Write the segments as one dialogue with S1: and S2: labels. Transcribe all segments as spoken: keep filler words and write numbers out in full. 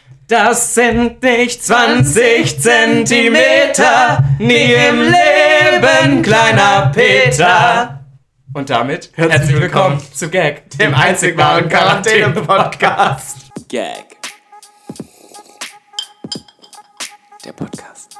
S1: Das sind nicht zwanzig Zentimeter, nie im Leben, kleiner Peter. Und damit herzlich, herzlich willkommen, willkommen zu Gag, dem, dem einzig wahren Quarantäne-Podcast.
S2: Gag. Der Podcast.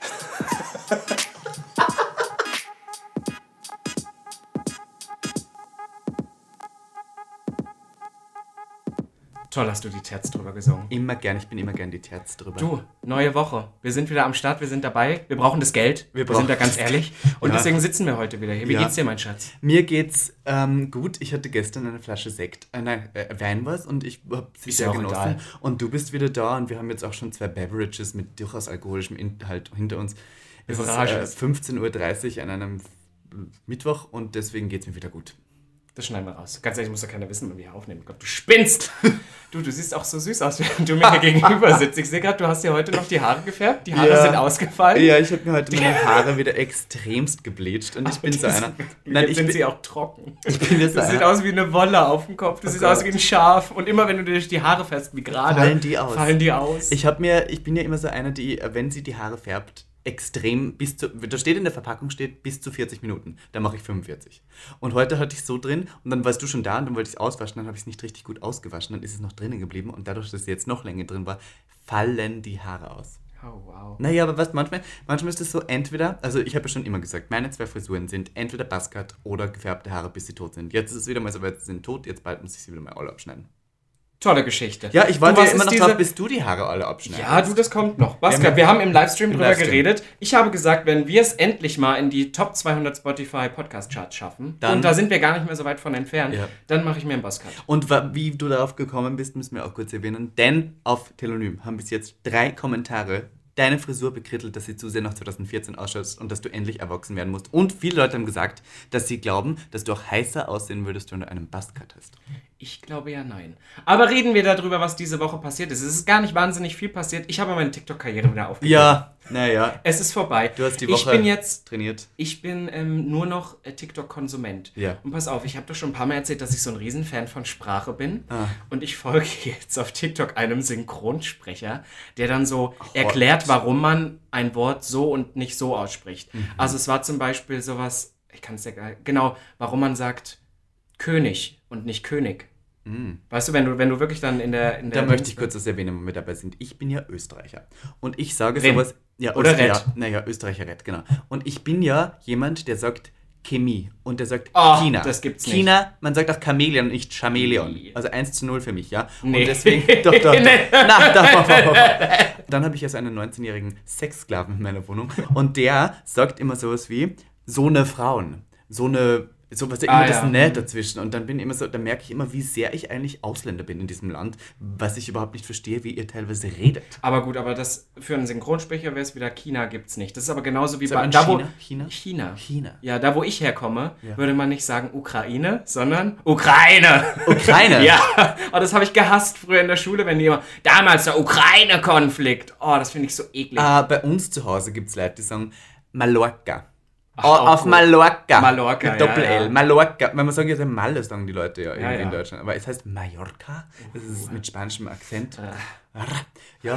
S1: Toll hast du die Terz drüber gesungen.
S2: Immer gern, ich bin immer gern die Terz drüber.
S1: Du, neue Woche. Wir sind wieder am Start, wir sind dabei. Wir brauchen das Geld. Wir, wir sind da ganz ehrlich. Und ja. deswegen sitzen wir heute wieder hier. Wie ja. geht's dir, mein Schatz?
S2: Mir geht's ähm, gut. Ich hatte gestern eine Flasche Sekt, äh, nein, äh, Wein was und ich habe sie sehr genossen. Egal. Und du bist wieder da und wir haben jetzt auch schon zwei Beverages mit durchaus alkoholischem Inhalt hinter uns. Es ist äh, fünfzehn Uhr dreißig an einem Mittwoch und deswegen geht's mir wieder gut.
S1: Das schneiden wir raus. Ganz ehrlich, muss doch keiner wissen, wenn wir hier aufnehmen. Gott, du spinnst! Du, du siehst auch so süß aus, während du mir hier gegenüber sitzt. Ich sehe gerade, du hast dir heute noch die Haare gefärbt. Die Haare ja. sind ausgefallen.
S2: Ja, ich habe mir heute meine Haare wieder extremst gebleicht. Und ich Ach, bin so einer...
S1: Nein, ich sind bin, sie auch trocken.
S2: Ich bin jetzt so
S1: Das einer. Sieht aus wie eine Wolle auf dem Kopf. Das oh sieht Gott. aus wie ein Schaf. Und immer, wenn du dir die Haare fährst, wie gerade,
S2: fallen die aus.
S1: Fallen die aus.
S2: Ich, hab mir, ich bin ja immer so einer, die, wenn sie die Haare färbt, extrem bis zu, da steht in der Verpackung steht bis zu vierzig Minuten, da mache ich fünfundvierzig. Und heute hatte ich es so drin und dann warst du schon da und dann wollte ich es auswaschen, dann habe ich es nicht richtig gut ausgewaschen, dann ist es noch drinnen geblieben und dadurch, dass es jetzt noch länger drin war, fallen die Haare aus.
S1: Oh, wow.
S2: Naja, aber was, manchmal, manchmal ist es so, entweder, also ich habe ja schon immer gesagt, meine zwei Frisuren sind entweder Buzzcut oder gefärbte Haare, bis sie tot sind. Jetzt ist es wieder mal so weit, sie sind tot, jetzt bald muss ich sie wieder mal alle abschneiden.
S1: Tolle Geschichte.
S2: Ja, ich warte ja immer noch diese... drauf, bis du die Haare alle abschneidest.
S1: Ja, du, das kommt noch. Baska, ja, wir haben im Livestream im drüber Livestream. geredet. Ich habe gesagt, wenn wir es endlich mal in die Top zweihundert Spotify Podcast Charts schaffen, dann, und da sind wir gar nicht mehr so weit von entfernt, ja. dann mache ich mir einen Buzzcut.
S2: Und wie du darauf gekommen bist, müssen wir auch kurz erwähnen, denn auf Telonym haben bis jetzt drei Kommentare deine Frisur bekrittelt, dass sie zu sehr nach zwanzig vierzehn ausschaut und dass du endlich erwachsen werden musst. Und viele Leute haben gesagt, dass sie glauben, dass du auch heißer aussehen würdest, wenn du einen Buzzcut hast.
S1: Ich glaube ja nein. Aber reden wir darüber, was diese Woche passiert ist. Es ist gar nicht wahnsinnig viel passiert. Ich habe meine TikTok-Karriere wieder aufgegeben.
S2: Ja, naja.
S1: Es ist vorbei.
S2: Du hast die Woche
S1: ich bin jetzt,
S2: trainiert.
S1: Ich bin ähm, nur noch äh, TikTok-Konsument.
S2: Ja.
S1: Und pass auf, ich habe doch schon ein paar Mal erzählt, dass ich so ein Riesenfan von Sprache bin.
S2: Ah.
S1: Und ich folge jetzt auf TikTok einem Synchronsprecher, der dann so Hot. erklärt, warum man ein Wort so und nicht so ausspricht. Mhm. Also es war zum Beispiel sowas, ich kann es ja gar genau, warum man sagt König und nicht König.
S2: Mm.
S1: Weißt du, wenn du, wenn du wirklich dann in der... In der
S2: da möchte ich kurz das erwähnen, wo wir dabei sind. Ich bin ja Österreicher. Und ich sage
S1: Ren.
S2: sowas... Ja,
S1: Oder
S2: Öster-
S1: Red.
S2: Ja, naja, Österreicher Red, genau. Und ich bin ja jemand, der sagt Chemie. Und der sagt
S1: oh,
S2: China.
S1: das gibt's nicht.
S2: China, man sagt auch Chamäleon und nicht Chamäleon.
S1: Nee.
S2: Also eins zu null für mich, ja?
S1: Nee.
S2: Und deswegen... Doch, doch, doch.
S1: Nee.
S2: Na, doch, doch, doch, doch. Dann habe ich also einen neunzehnjährigen Sexsklaven in meiner Wohnung. Und der sagt immer sowas wie, so eine Frauen. So eine... So was, immer ah, das ja. Ne dazwischen. Und dann bin ich immer so, dann merke ich immer, wie sehr ich eigentlich Ausländer bin in diesem Land, was ich überhaupt nicht verstehe, wie ihr teilweise redet.
S1: Aber gut, aber das für einen Synchronsprecher wäre es wieder China gibt's nicht. Das ist aber genauso wie
S2: so
S1: bei da, wo,
S2: China?
S1: China.
S2: China.
S1: Ja, da wo ich herkomme,
S2: ja.
S1: würde man nicht sagen Ukraine, sondern Ukraine.
S2: Ukraine?
S1: Ja. Oh, das habe ich gehasst früher in der Schule, wenn jemand, damals der Ukraine-Konflikt. Oh, das finde ich so eklig.
S2: Ah, bei uns zu Hause gibt es Leute, die sagen Mallorca.
S1: Ach,
S2: oh, auf gut. Mallorca.
S1: Mallorca,
S2: mit Doppel-L.
S1: Ja, ja.
S2: Mallorca. Wenn man sagt, ja, Malle sagen die Leute ja,
S1: ja,
S2: in
S1: ja.
S2: Deutschland. Aber es heißt Mallorca. Das ist mit spanischem Akzent.
S1: Uh.
S2: Ja.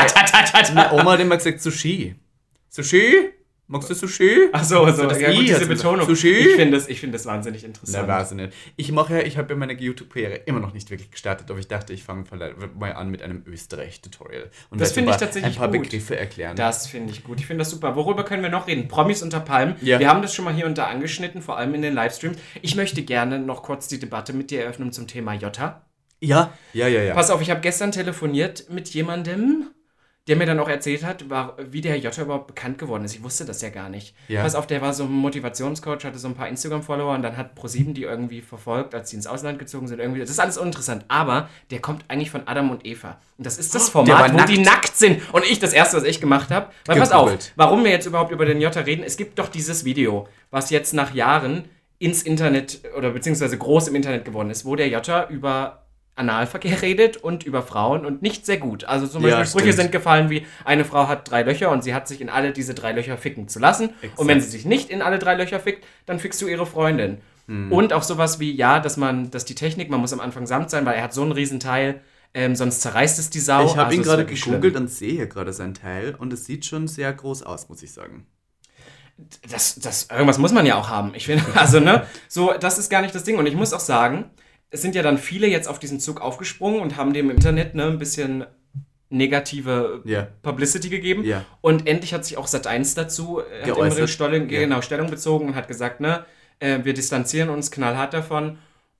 S2: Meine Oma hat immer gesagt Sushi. Sushi? Magst du Sushi?
S1: Ach so, so.
S2: das
S1: Ja, gut, diese Betonung.
S2: Sushi?
S1: Ich finde das, ich find das wahnsinnig interessant.
S2: Na, weiß ich nicht. Ich mache ja, ich habe ja meine YouTube-Karriere immer noch nicht wirklich gestartet, aber ich dachte, ich fange mal an mit einem Österreich-Tutorial. Und
S1: das finde ich tatsächlich
S2: ein paar
S1: gut.
S2: Begriffe erklären.
S1: Das finde ich gut. Ich finde das super. Worüber können wir noch reden? Promis unter Palmen.
S2: Ja.
S1: Wir haben das schon mal hier und da angeschnitten, vor allem in den Livestreams. Ich möchte gerne noch kurz die Debatte mit dir eröffnen zum Thema Jota.
S2: Ja, ja, ja, ja.
S1: Pass auf, ich habe gestern telefoniert mit jemandem, der mir dann auch erzählt hat, war, wie der Jota überhaupt bekannt geworden ist. Ich wusste das ja gar nicht.
S2: Ja.
S1: Pass auf, der war so ein Motivationscoach, hatte so ein paar Instagram-Follower und dann hat ProSieben die irgendwie verfolgt, als sie ins Ausland gezogen sind. Irgendwie. Das ist alles uninteressant, aber der kommt eigentlich von Adam und Eva. Und das ist das Format, wo nackt. die nackt sind. Und ich, das Erste, was ich gemacht habe, weil pass auf, warum wir jetzt überhaupt über den Jota reden, es gibt doch dieses Video, was jetzt nach Jahren ins Internet oder beziehungsweise groß im Internet geworden ist, wo der Jota über Analverkehr redet und über Frauen und nicht sehr gut. Also zum Beispiel
S2: ja,
S1: Sprüche sind gefallen wie, eine Frau hat drei Löcher und sie hat sich in alle diese drei Löcher ficken zu lassen. Exakt. Und wenn sie sich nicht in alle drei Löcher fickt, dann fickst du ihre Freundin. Hm. Und auch sowas wie, ja, dass man, dass die Technik, man muss am Anfang samt sein, weil er hat so einen riesen Teil, ähm, sonst zerreißt es die Sau.
S2: Ich habe
S1: also
S2: ihn gerade gegoogelt
S1: schlimm.
S2: und sehe hier gerade sein Teil und es sieht schon sehr groß aus, muss ich sagen.
S1: Das, das, irgendwas muss man ja auch haben. Ich finde, also, ne, so, das ist gar nicht das Ding. Und ich muss auch sagen, es sind ja dann viele jetzt auf diesen Zug aufgesprungen und haben dem im Internet, ne, ein bisschen negative yeah. Publicity gegeben. Yeah. Und endlich hat sich auch Sat eins dazu hat Stellung, yeah. genau, Stellung bezogen und hat gesagt, ne, äh, wir distanzieren uns knallhart davon.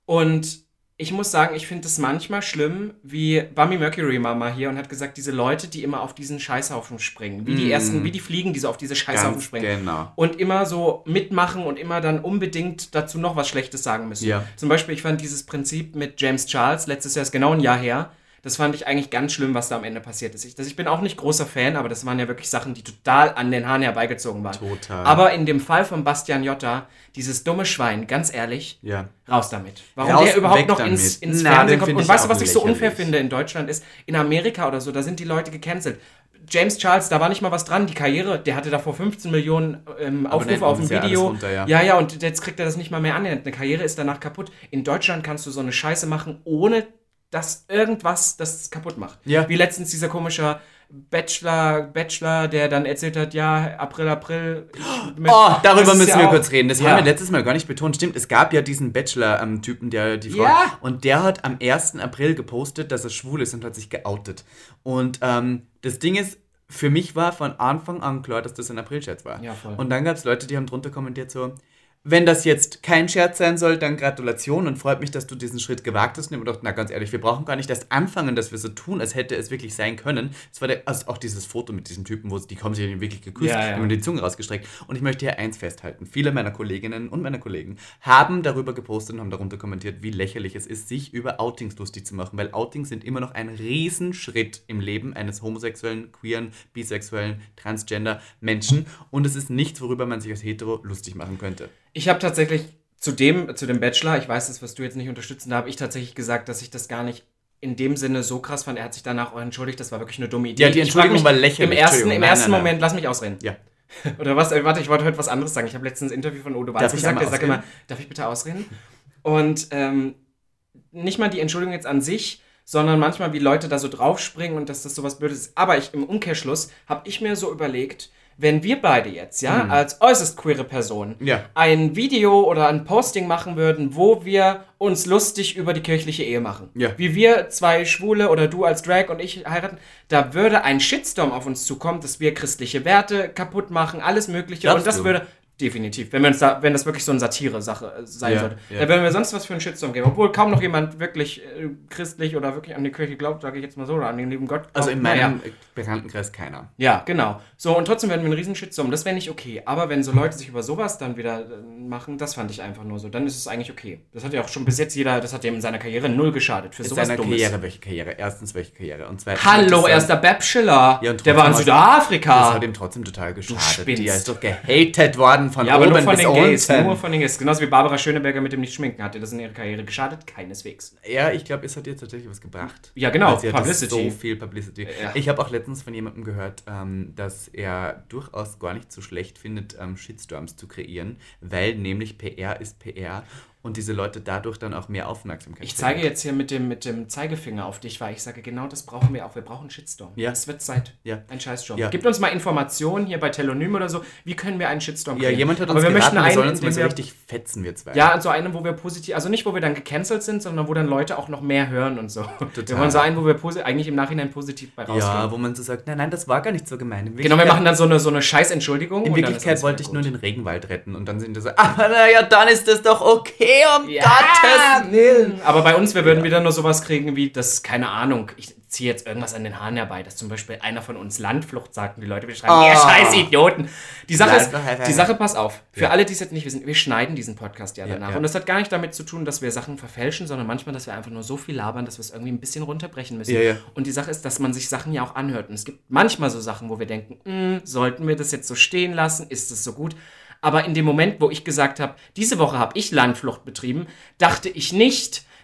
S1: Und ich muss sagen, ich finde es manchmal schlimm, wie Bummy Mercury war mal hier und hat gesagt, diese Leute, die immer auf diesen Scheißhaufen springen, wie die mm. ersten, wie die Fliegen, die so auf diese Scheißhaufen Ganz springen
S2: genau.
S1: und immer so mitmachen und immer dann unbedingt dazu noch was Schlechtes sagen müssen.
S2: Ja.
S1: Zum Beispiel, ich fand dieses Prinzip mit James Charles, letztes Jahr ist genau ein Jahr her, das fand ich eigentlich ganz schlimm, was da am Ende passiert ist. Ich, das, ich bin auch nicht großer Fan, aber das waren ja wirklich Sachen, die total an den Haaren herbeigezogen waren.
S2: Total.
S1: Aber in dem Fall von Bastian Jotta, dieses dumme Schwein, ganz ehrlich,
S2: ja.
S1: raus damit. Warum
S2: raus,
S1: der überhaupt noch ins, ins
S2: Na,
S1: Fernsehen kommt. Und weißt du, was ich so
S2: lächerlich.
S1: unfair finde in Deutschland ist? In Amerika oder so, da sind die Leute gecancelt. James Charles, da war nicht mal was dran. Die Karriere, der hatte davor fünfzehn Millionen ähm, Aufrufe auf dem Video.
S2: Runter, ja.
S1: ja, ja, und jetzt kriegt er das nicht mal mehr an. Eine Karriere ist danach kaputt. In Deutschland kannst du so eine Scheiße machen, ohne dass irgendwas das kaputt macht.
S2: Ja.
S1: Wie letztens dieser komische Bachelor, Bachelor, der dann erzählt hat, ja, April, April.
S2: Mit, oh, darüber müssen
S1: ja
S2: wir
S1: auch,
S2: kurz reden. Das
S1: ja.
S2: haben wir letztes Mal gar nicht betont. Stimmt, es gab ja diesen Bachelor-Typen, der die Frau...
S1: Ja.
S2: Und der hat am ersten April gepostet, dass er schwul ist und hat sich geoutet. Und ähm, das Ding ist, für mich war von Anfang an klar, dass das ein April-Scherz war.
S1: Ja, voll.
S2: Und dann gab es Leute, die haben drunter kommentiert so... Wenn das jetzt kein Scherz sein soll, dann Gratulation und freut mich, dass du diesen Schritt gewagt hast. Und ich dachte, na ganz ehrlich, wir brauchen gar nicht erst anfangen, dass wir so tun, als hätte es wirklich sein können. Das war der, also auch dieses Foto mit diesem Typen, wo die kommen sich wirklich geküsst,
S1: ja, ja.
S2: haben die Zunge rausgestreckt. Und ich möchte hier eins festhalten. Viele meiner Kolleginnen und meiner Kollegen haben darüber gepostet und haben darunter kommentiert, wie lächerlich es ist, sich über Outings lustig zu machen. Weil Outings sind immer noch ein Riesenschritt im Leben eines homosexuellen, queeren, bisexuellen, transgender Menschen. Und es ist nichts, worüber man sich als hetero lustig machen könnte.
S1: Ich habe tatsächlich zu dem, zu dem Bachelor, ich weiß das, was du jetzt nicht unterstützen, da habe ich tatsächlich gesagt, dass ich das gar nicht in dem Sinne so krass fand. Er hat sich danach auch entschuldigt, das war wirklich eine dumme Idee.
S2: Ja, die Entschuldigung
S1: mich,
S2: war lächerlich.
S1: Im ersten, im
S2: nein,
S1: ersten
S2: nein,
S1: Moment, lass mich ausreden.
S2: Ja.
S1: Oder was? Warte, ich wollte heute was anderes sagen. Ich habe letztens ein Interview von Odo Walz gesagt, der sagt immer, darf ich bitte ausreden? Und ähm, nicht mal die Entschuldigung jetzt an sich, sondern manchmal, wie Leute da so draufspringen und dass das sowas Blödes ist. Aber ich, im Umkehrschluss habe ich mir so überlegt, wenn wir beide jetzt, ja, mhm. als äußerst queere Personen
S2: ja.
S1: ein Video oder ein Posting machen würden, wo wir uns lustig über die kirchliche Ehe machen.
S2: Ja.
S1: Wie wir zwei Schwule oder du als Drag und ich heiraten, da würde ein Shitstorm auf uns zukommen, dass wir christliche Werte kaputt machen, alles Mögliche.
S2: Glaubst
S1: und das
S2: du?
S1: würde... Definitiv. Wenn wir uns da, wenn das wirklich so eine Satire-Sache sein
S2: ja,
S1: sollte.
S2: Ja.
S1: Dann würden wir sonst was für einen Shitstorm geben. Obwohl kaum noch jemand wirklich äh, christlich oder wirklich an die Kirche glaubt, sage ich jetzt mal so, oder an den lieben Gott glaubt.
S2: Also in meinem
S1: naja.
S2: Bekanntenkreis keiner.
S1: Ja, genau. So, und trotzdem werden wir einen riesen Shitstorm. Das wäre nicht okay. Aber wenn so Leute sich über sowas dann wieder äh, machen, das fand ich einfach nur so. Dann ist es eigentlich okay. Das hat ja auch schon bis jetzt jeder, das hat dem in seiner Karriere null geschadet. Für
S2: in
S1: sowas
S2: seiner
S1: Dummes.
S2: Karriere, welche Karriere? Erstens, welche Karriere? Und zweitens...
S1: Hallo, erster Bachelor. Ja, der war in Südafrika.
S2: Das hat ihm trotzdem total geschadet. Die ist doch gehatet worden von
S1: ja,
S2: oben
S1: aber nur von
S2: bis
S1: den Gays,
S2: unten.
S1: nur von den Gays. Genauso wie Barbara Schöneberger mit dem Nicht-Schminken. Hat ihr das in ihrer Karriere geschadet? Keineswegs.
S2: Ja, ich glaube, es hat ihr tatsächlich was gebracht.
S1: Ja, genau.
S2: Sie
S1: Publicity.
S2: So viel Publicity.
S1: Ja.
S2: Ich habe auch letztens von jemandem gehört, ähm, dass er durchaus gar nicht so schlecht findet, ähm, Shitstorms zu kreieren, weil nämlich P R ist P R und diese Leute dadurch dann auch mehr Aufmerksamkeit
S1: Ich zeige jetzt hier mit dem, mit dem Zeigefinger auf dich, weil ich sage, genau das brauchen wir auch. Wir brauchen einen Shitstorm.
S2: Ja.
S1: Es wird Zeit.
S2: Ja.
S1: Ein Scheißstorm.
S2: Ja.
S1: Gibt uns mal Informationen hier bei Telonym oder so, wie können wir einen Shitstorm
S2: Ja,
S1: kriegen?
S2: jemand hat
S1: Aber
S2: uns
S1: wir
S2: geraten,
S1: möchten
S2: wir sollen
S1: einen,
S2: uns
S1: in
S2: mal
S1: dem
S2: so
S1: wir,
S2: richtig fetzen, wir zwei.
S1: Ja, und so einen, wo wir positiv, also nicht, wo wir dann gecancelt sind, sondern wo dann Leute auch noch mehr hören und so.
S2: Total.
S1: Wir wollen so einen, wo wir posi- eigentlich im Nachhinein positiv bei rausgehen.
S2: Ja, wo man so sagt, nein, nein, das war gar nicht so gemein.
S1: Genau, wir machen dann so eine, so eine Scheiß-Entschuldigung.
S2: In
S1: und
S2: Wirklichkeit wollte ich nur den Regenwald retten und dann sind wir so, aber naja, dann ist das doch okay, um
S1: Ja,
S2: Gottes Willen.
S1: Aber bei uns, wir würden
S2: Ja.
S1: wieder nur sowas kriegen wie, das, keine Ahnung, ich ziehe jetzt irgendwas an den Haaren herbei, dass zum Beispiel einer von uns Landflucht sagt und die Leute wieder schreiben,
S2: Oh.
S1: ihr scheiß Idioten. Die Sache ist,
S2: Landflucht.
S1: die Sache, pass auf, für
S2: Ja.
S1: alle, die es jetzt nicht wissen, wir schneiden diesen Podcast ja
S2: Ja,
S1: danach.
S2: ja.
S1: Und das hat gar nicht damit zu tun, dass wir Sachen verfälschen, sondern manchmal, dass wir einfach nur so viel labern, dass wir es irgendwie ein bisschen runterbrechen müssen.
S2: Ja, ja.
S1: Und die Sache ist, dass man sich Sachen ja auch anhört. Und es gibt manchmal so Sachen, wo wir denken, "Mh, sollten wir das jetzt so stehen lassen? Ist das so gut?" Aber in dem Moment, wo ich gesagt habe, diese Woche habe ich Landflucht betrieben, dachte ich nicht,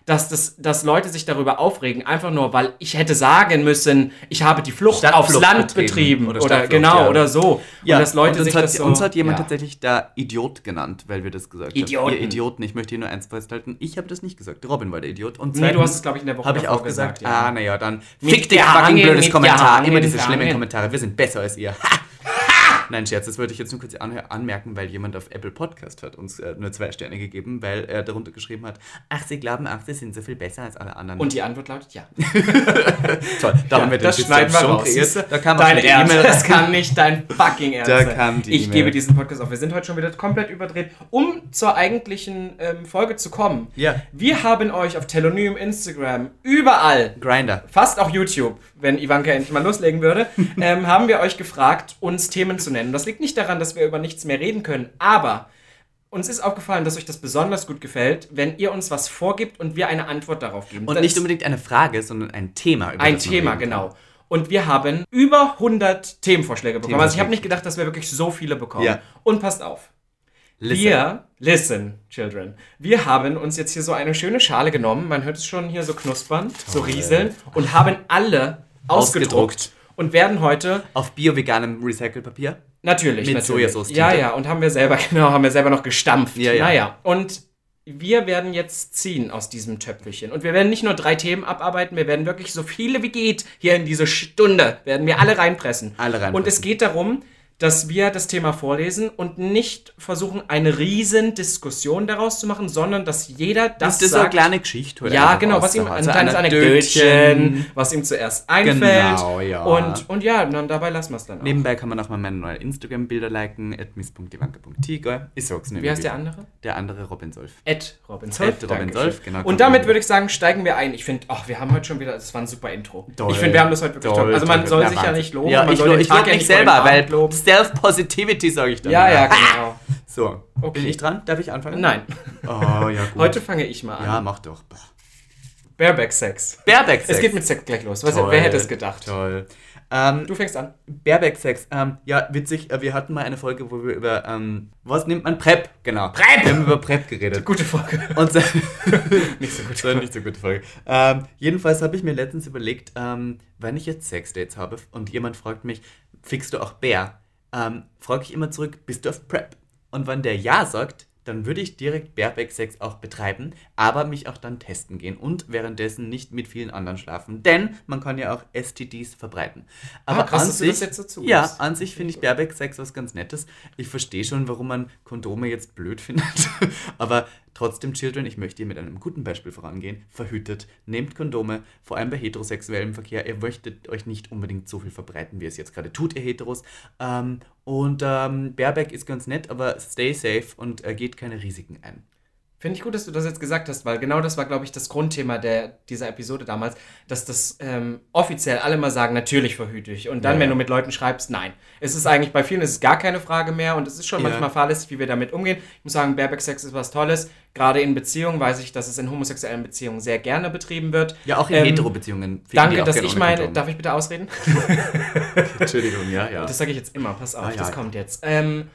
S1: dass, das, dass Leute sich darüber aufregen, einfach nur, weil ich hätte sagen müssen, ich habe die Flucht aufs Land betrieben. Oder, oder genau, ja. oder so.
S2: Ja,
S1: und dass Leute
S2: und
S1: sich
S2: hat,
S1: das so...
S2: Uns hat jemand
S1: ja.
S2: tatsächlich da Idiot genannt, weil wir das gesagt
S1: Idioten.
S2: haben. Ihr Idioten. Ich möchte hier nur eins festhalten. Ich habe das nicht gesagt. Robin war der Idiot. Und
S1: nee, du hast es, glaube ich, in der Woche
S2: habe ich auch gesagt.
S1: gesagt ja.
S2: Ah, naja, dann
S1: mit
S2: fick dich, fucking blödes Kommentar.
S1: Hangen,
S2: Immer diese schlimmen Kommentare. Wir sind besser als ihr. Ha! Nein, Scherz, das wollte ich jetzt nur kurz anmerken, weil jemand auf Apple Podcast hat uns äh, nur zwei Sterne gegeben, weil er darunter geschrieben hat, ach, sie glauben auch, sie sind so viel besser als alle anderen.
S1: Und die Antwort lautet ja.
S2: Toll, da ja, haben wir
S1: das schneiden wir raus. Da kam dein Ernst, das kann nicht dein fucking Ernst
S2: da
S1: sein.
S2: Kam die
S1: ich
S2: E-Mail.
S1: gebe diesen Podcast auf. Wir sind heute schon wieder komplett überdreht. Um zur eigentlichen ähm, Folge zu kommen,
S2: ja.
S1: wir haben euch auf Telonym, Instagram, überall,
S2: Grindr,
S1: fast auch YouTube, wenn Ivanka endlich mal loslegen würde, ähm, haben wir euch gefragt, uns Themen zu nennen. Das liegt nicht daran, dass wir über nichts mehr reden können, aber uns ist aufgefallen, dass euch das besonders gut gefällt, wenn ihr uns was vorgibt und wir eine Antwort darauf geben.
S2: Und das nicht unbedingt eine Frage, sondern ein Thema.
S1: Über ein Thema, genau. Und wir haben über hundert Themenvorschläge bekommen. Also ich habe nicht gedacht, dass wir wirklich so viele bekommen.
S2: Ja.
S1: Und passt auf. Listen. Wir, listen, children, wir haben uns jetzt hier so eine schöne Schale genommen, man hört es schon hier so knuspern, Toll. so rieseln, und haben alle ausgedruckt. ausgedruckt. Und werden heute...
S2: Auf bio-veganem Recycle-Papier?
S1: Natürlich,
S2: Mit
S1: natürlich.
S2: Sojasauce.
S1: Ja, ja, und haben wir selber, genau, haben wir selber noch gestampft.
S2: Ja, ja.
S1: Naja, und wir werden jetzt ziehen aus diesem Töpfelchen. Und wir werden nicht nur drei Themen abarbeiten, wir werden wirklich so viele wie geht hier in diese Stunde, werden wir alle reinpressen.
S2: Alle reinpressen.
S1: Und es geht darum, dass wir das Thema vorlesen und nicht versuchen, eine riesen Diskussion daraus zu machen, sondern dass jeder das
S2: ist das
S1: sagt.
S2: So eine kleine Geschichte?
S1: Ja, genau, was ihm, ein kleines Anekdötchen, was ihm zuerst einfällt.
S2: Genau, ja.
S1: Und, und ja, dann dabei lassen wir es dann auch.
S2: Nebenbei kann man auch mal meine neuen Instagram-Bilder liken, at miss punkt ivanka punkt tiger. Ich sag's nicht.
S1: Wie heißt der andere?
S2: Der andere Robin Solf.
S1: At Robin Solf.
S2: At Robin Solf, genau.
S1: Und damit würde ich sagen, steigen wir ein. Ich finde, ach, wir haben heute schon wieder, das war ein super Intro.
S2: Doll,
S1: ich finde, wir haben das heute wirklich toll. Also man soll sich ja nicht loben,
S2: ja,
S1: man
S2: ich
S1: soll
S2: lo-
S1: den
S2: ich
S1: Tag
S2: lobe
S1: ja
S2: mich
S1: nicht
S2: selber, weil
S1: loben.
S2: Self-Positivity sage ich dann.
S1: Ja, ja, genau.
S2: So,
S1: okay.
S2: Bin ich dran? Darf ich anfangen?
S1: Nein.
S2: Oh, ja, gut.
S1: Heute fange ich mal an.
S2: Ja, mach doch.
S1: Bareback-Sex.
S2: Bareback-Sex.
S1: Es geht mit Sex gleich los. Was, wer hätte es gedacht?
S2: Toll. Ähm,
S1: du fängst an.
S2: Bareback-Sex. Ähm, ja, witzig. Wir hatten mal eine Folge, wo wir über, ähm, was nimmt man? Prep. Genau.
S1: Prep!
S2: Wir haben über Prep geredet.
S1: Gute Folge.
S2: Und so,
S1: nicht so gut.
S2: So, nicht so gute Folge. Ähm, jedenfalls habe ich mir letztens überlegt, ähm, wenn ich jetzt Sexdates habe und jemand fragt mich, fickst du auch Bär? Ähm, frage ich immer zurück, bist du auf Prep? Und wenn der Ja sagt, dann würde ich direkt Bareback-Sex auch betreiben, aber mich auch dann testen gehen und währenddessen nicht mit vielen anderen schlafen, denn man kann ja auch S T Ds verbreiten. Aber
S1: ah, krass,
S2: an
S1: dass
S2: sich,
S1: du das jetzt dazu
S2: ja,
S1: gibst.
S2: an sich finde ich Bareback-Sex was ganz Nettes. Ich verstehe schon, warum man Kondome jetzt blöd findet, aber trotzdem, Children, ich möchte hier mit einem guten Beispiel vorangehen. Verhütet, nehmt Kondome, vor allem bei heterosexuellem Verkehr. Ihr möchtet euch nicht unbedingt so viel verbreiten, wie es jetzt gerade tut, ihr Heteros. Ähm, und ähm, Bareback ist ganz nett, aber stay safe und äh, geht keine Risiken ein.
S1: Finde ich gut, dass du das jetzt gesagt hast, weil genau das war, glaube ich, das Grundthema der, dieser Episode damals, dass das ähm, offiziell alle mal sagen, natürlich verhüte ich. Und dann, ja, wenn du mit Leuten schreibst, nein. Es ist eigentlich, bei vielen ist es gar keine Frage mehr und es ist schon ja. manchmal fahrlässig, wie wir damit umgehen. Ich muss sagen, Bareback-Sex ist was Tolles. Gerade in Beziehungen weiß ich, dass es in homosexuellen Beziehungen sehr gerne betrieben wird.
S2: Ja, auch in ähm, Hetero-Beziehungen.
S1: Danke, dass ich meine, darf ich bitte ausreden?
S2: Entschuldigung, ja, ja.
S1: Das sage ich jetzt immer, pass auf,
S2: ah, ja,
S1: das kommt jetzt. Ähm,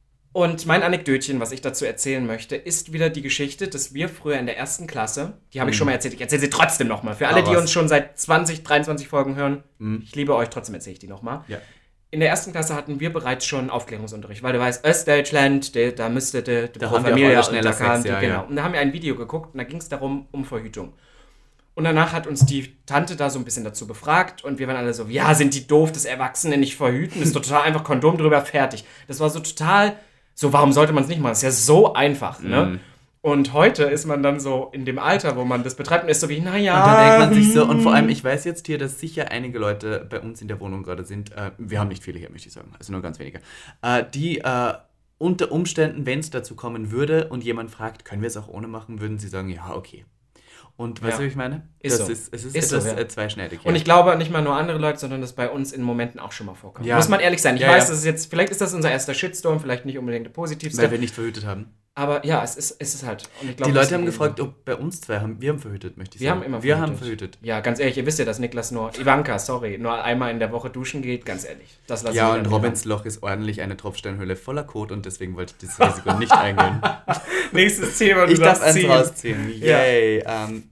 S1: Und mein Anekdötchen, was ich dazu erzählen möchte, ist wieder die Geschichte, dass wir früher in der ersten Klasse, die habe ich mhm. schon mal erzählt, ich erzähle sie trotzdem nochmal. Für alle, die uns schon seit zwanzig, dreiundzwanzig Folgen hören, mhm. ich liebe euch, trotzdem erzähle ich die nochmal.
S2: Ja.
S1: In der ersten Klasse hatten wir bereits schon Aufklärungsunterricht, weil du weißt, Östdeutschland, de, da müsste de, de
S2: da
S1: Pro
S2: haben
S1: Familia
S2: wir auch schneller
S1: Sex,
S2: Sex, ja,
S1: genau.
S2: ja.
S1: Und da haben wir ein Video geguckt und da ging es darum, um Verhütung. Und danach hat uns die Tante da so ein bisschen dazu befragt und wir waren alle so, ja, sind die doof, dass Erwachsene nicht verhüten? Ist total einfach Kondom drüber, fertig. Das war so total, so warum sollte man es nicht machen? Das ist ja so einfach, ne?
S2: Mm.
S1: Und heute ist man dann so in dem Alter, wo man das betreibt und ist so wie, naja.
S2: Und da denkt man sich so, und vor allem, ich weiß jetzt hier, dass sicher einige Leute bei uns in der Wohnung gerade sind, äh, wir haben nicht viele hier, möchte ich sagen, also nur ganz wenige, äh, die äh, unter Umständen, wenn es dazu kommen würde und jemand fragt, können wir es auch ohne machen, würden sie sagen, ja, okay. Und weißt du,
S1: ja.
S2: was ich meine?
S1: Ist
S2: das
S1: so.
S2: ist, es ist,
S1: ist
S2: etwas
S1: so, ja.
S2: äh, zweischneidig. Ja.
S1: Und ich glaube nicht mal nur andere Leute, sondern dass bei uns in Momenten auch schon mal vorkommt.
S2: Ja.
S1: Muss man ehrlich sein. Ich
S2: ja,
S1: weiß,
S2: ja.
S1: das ist jetzt, vielleicht ist das unser erster Shitstorm, vielleicht nicht unbedingt der positivste.
S2: Weil wir nicht verhütet haben.
S1: Aber ja, es ist, es ist halt. Und ich glaub,
S2: die Leute haben gefragt, ob bei uns zwei haben, wir haben verhütet, möchte ich
S1: wir
S2: sagen.
S1: Haben immer
S2: wir
S1: verhütet.
S2: haben verhütet.
S1: Ja, ganz ehrlich, ihr wisst ja, dass Niklas nur, Ivanka, sorry, nur einmal in der Woche duschen geht, ganz ehrlich. Das lasse
S2: ja,
S1: ich
S2: und Robins Loch ist ordentlich eine Tropfsteinhöhle voller Kot und deswegen wollte ich das Risiko nicht eingehen.
S1: Nächstes Thema, du
S2: ich darf eins
S1: ziehen.
S2: rausziehen. Yay. Ja. Ähm,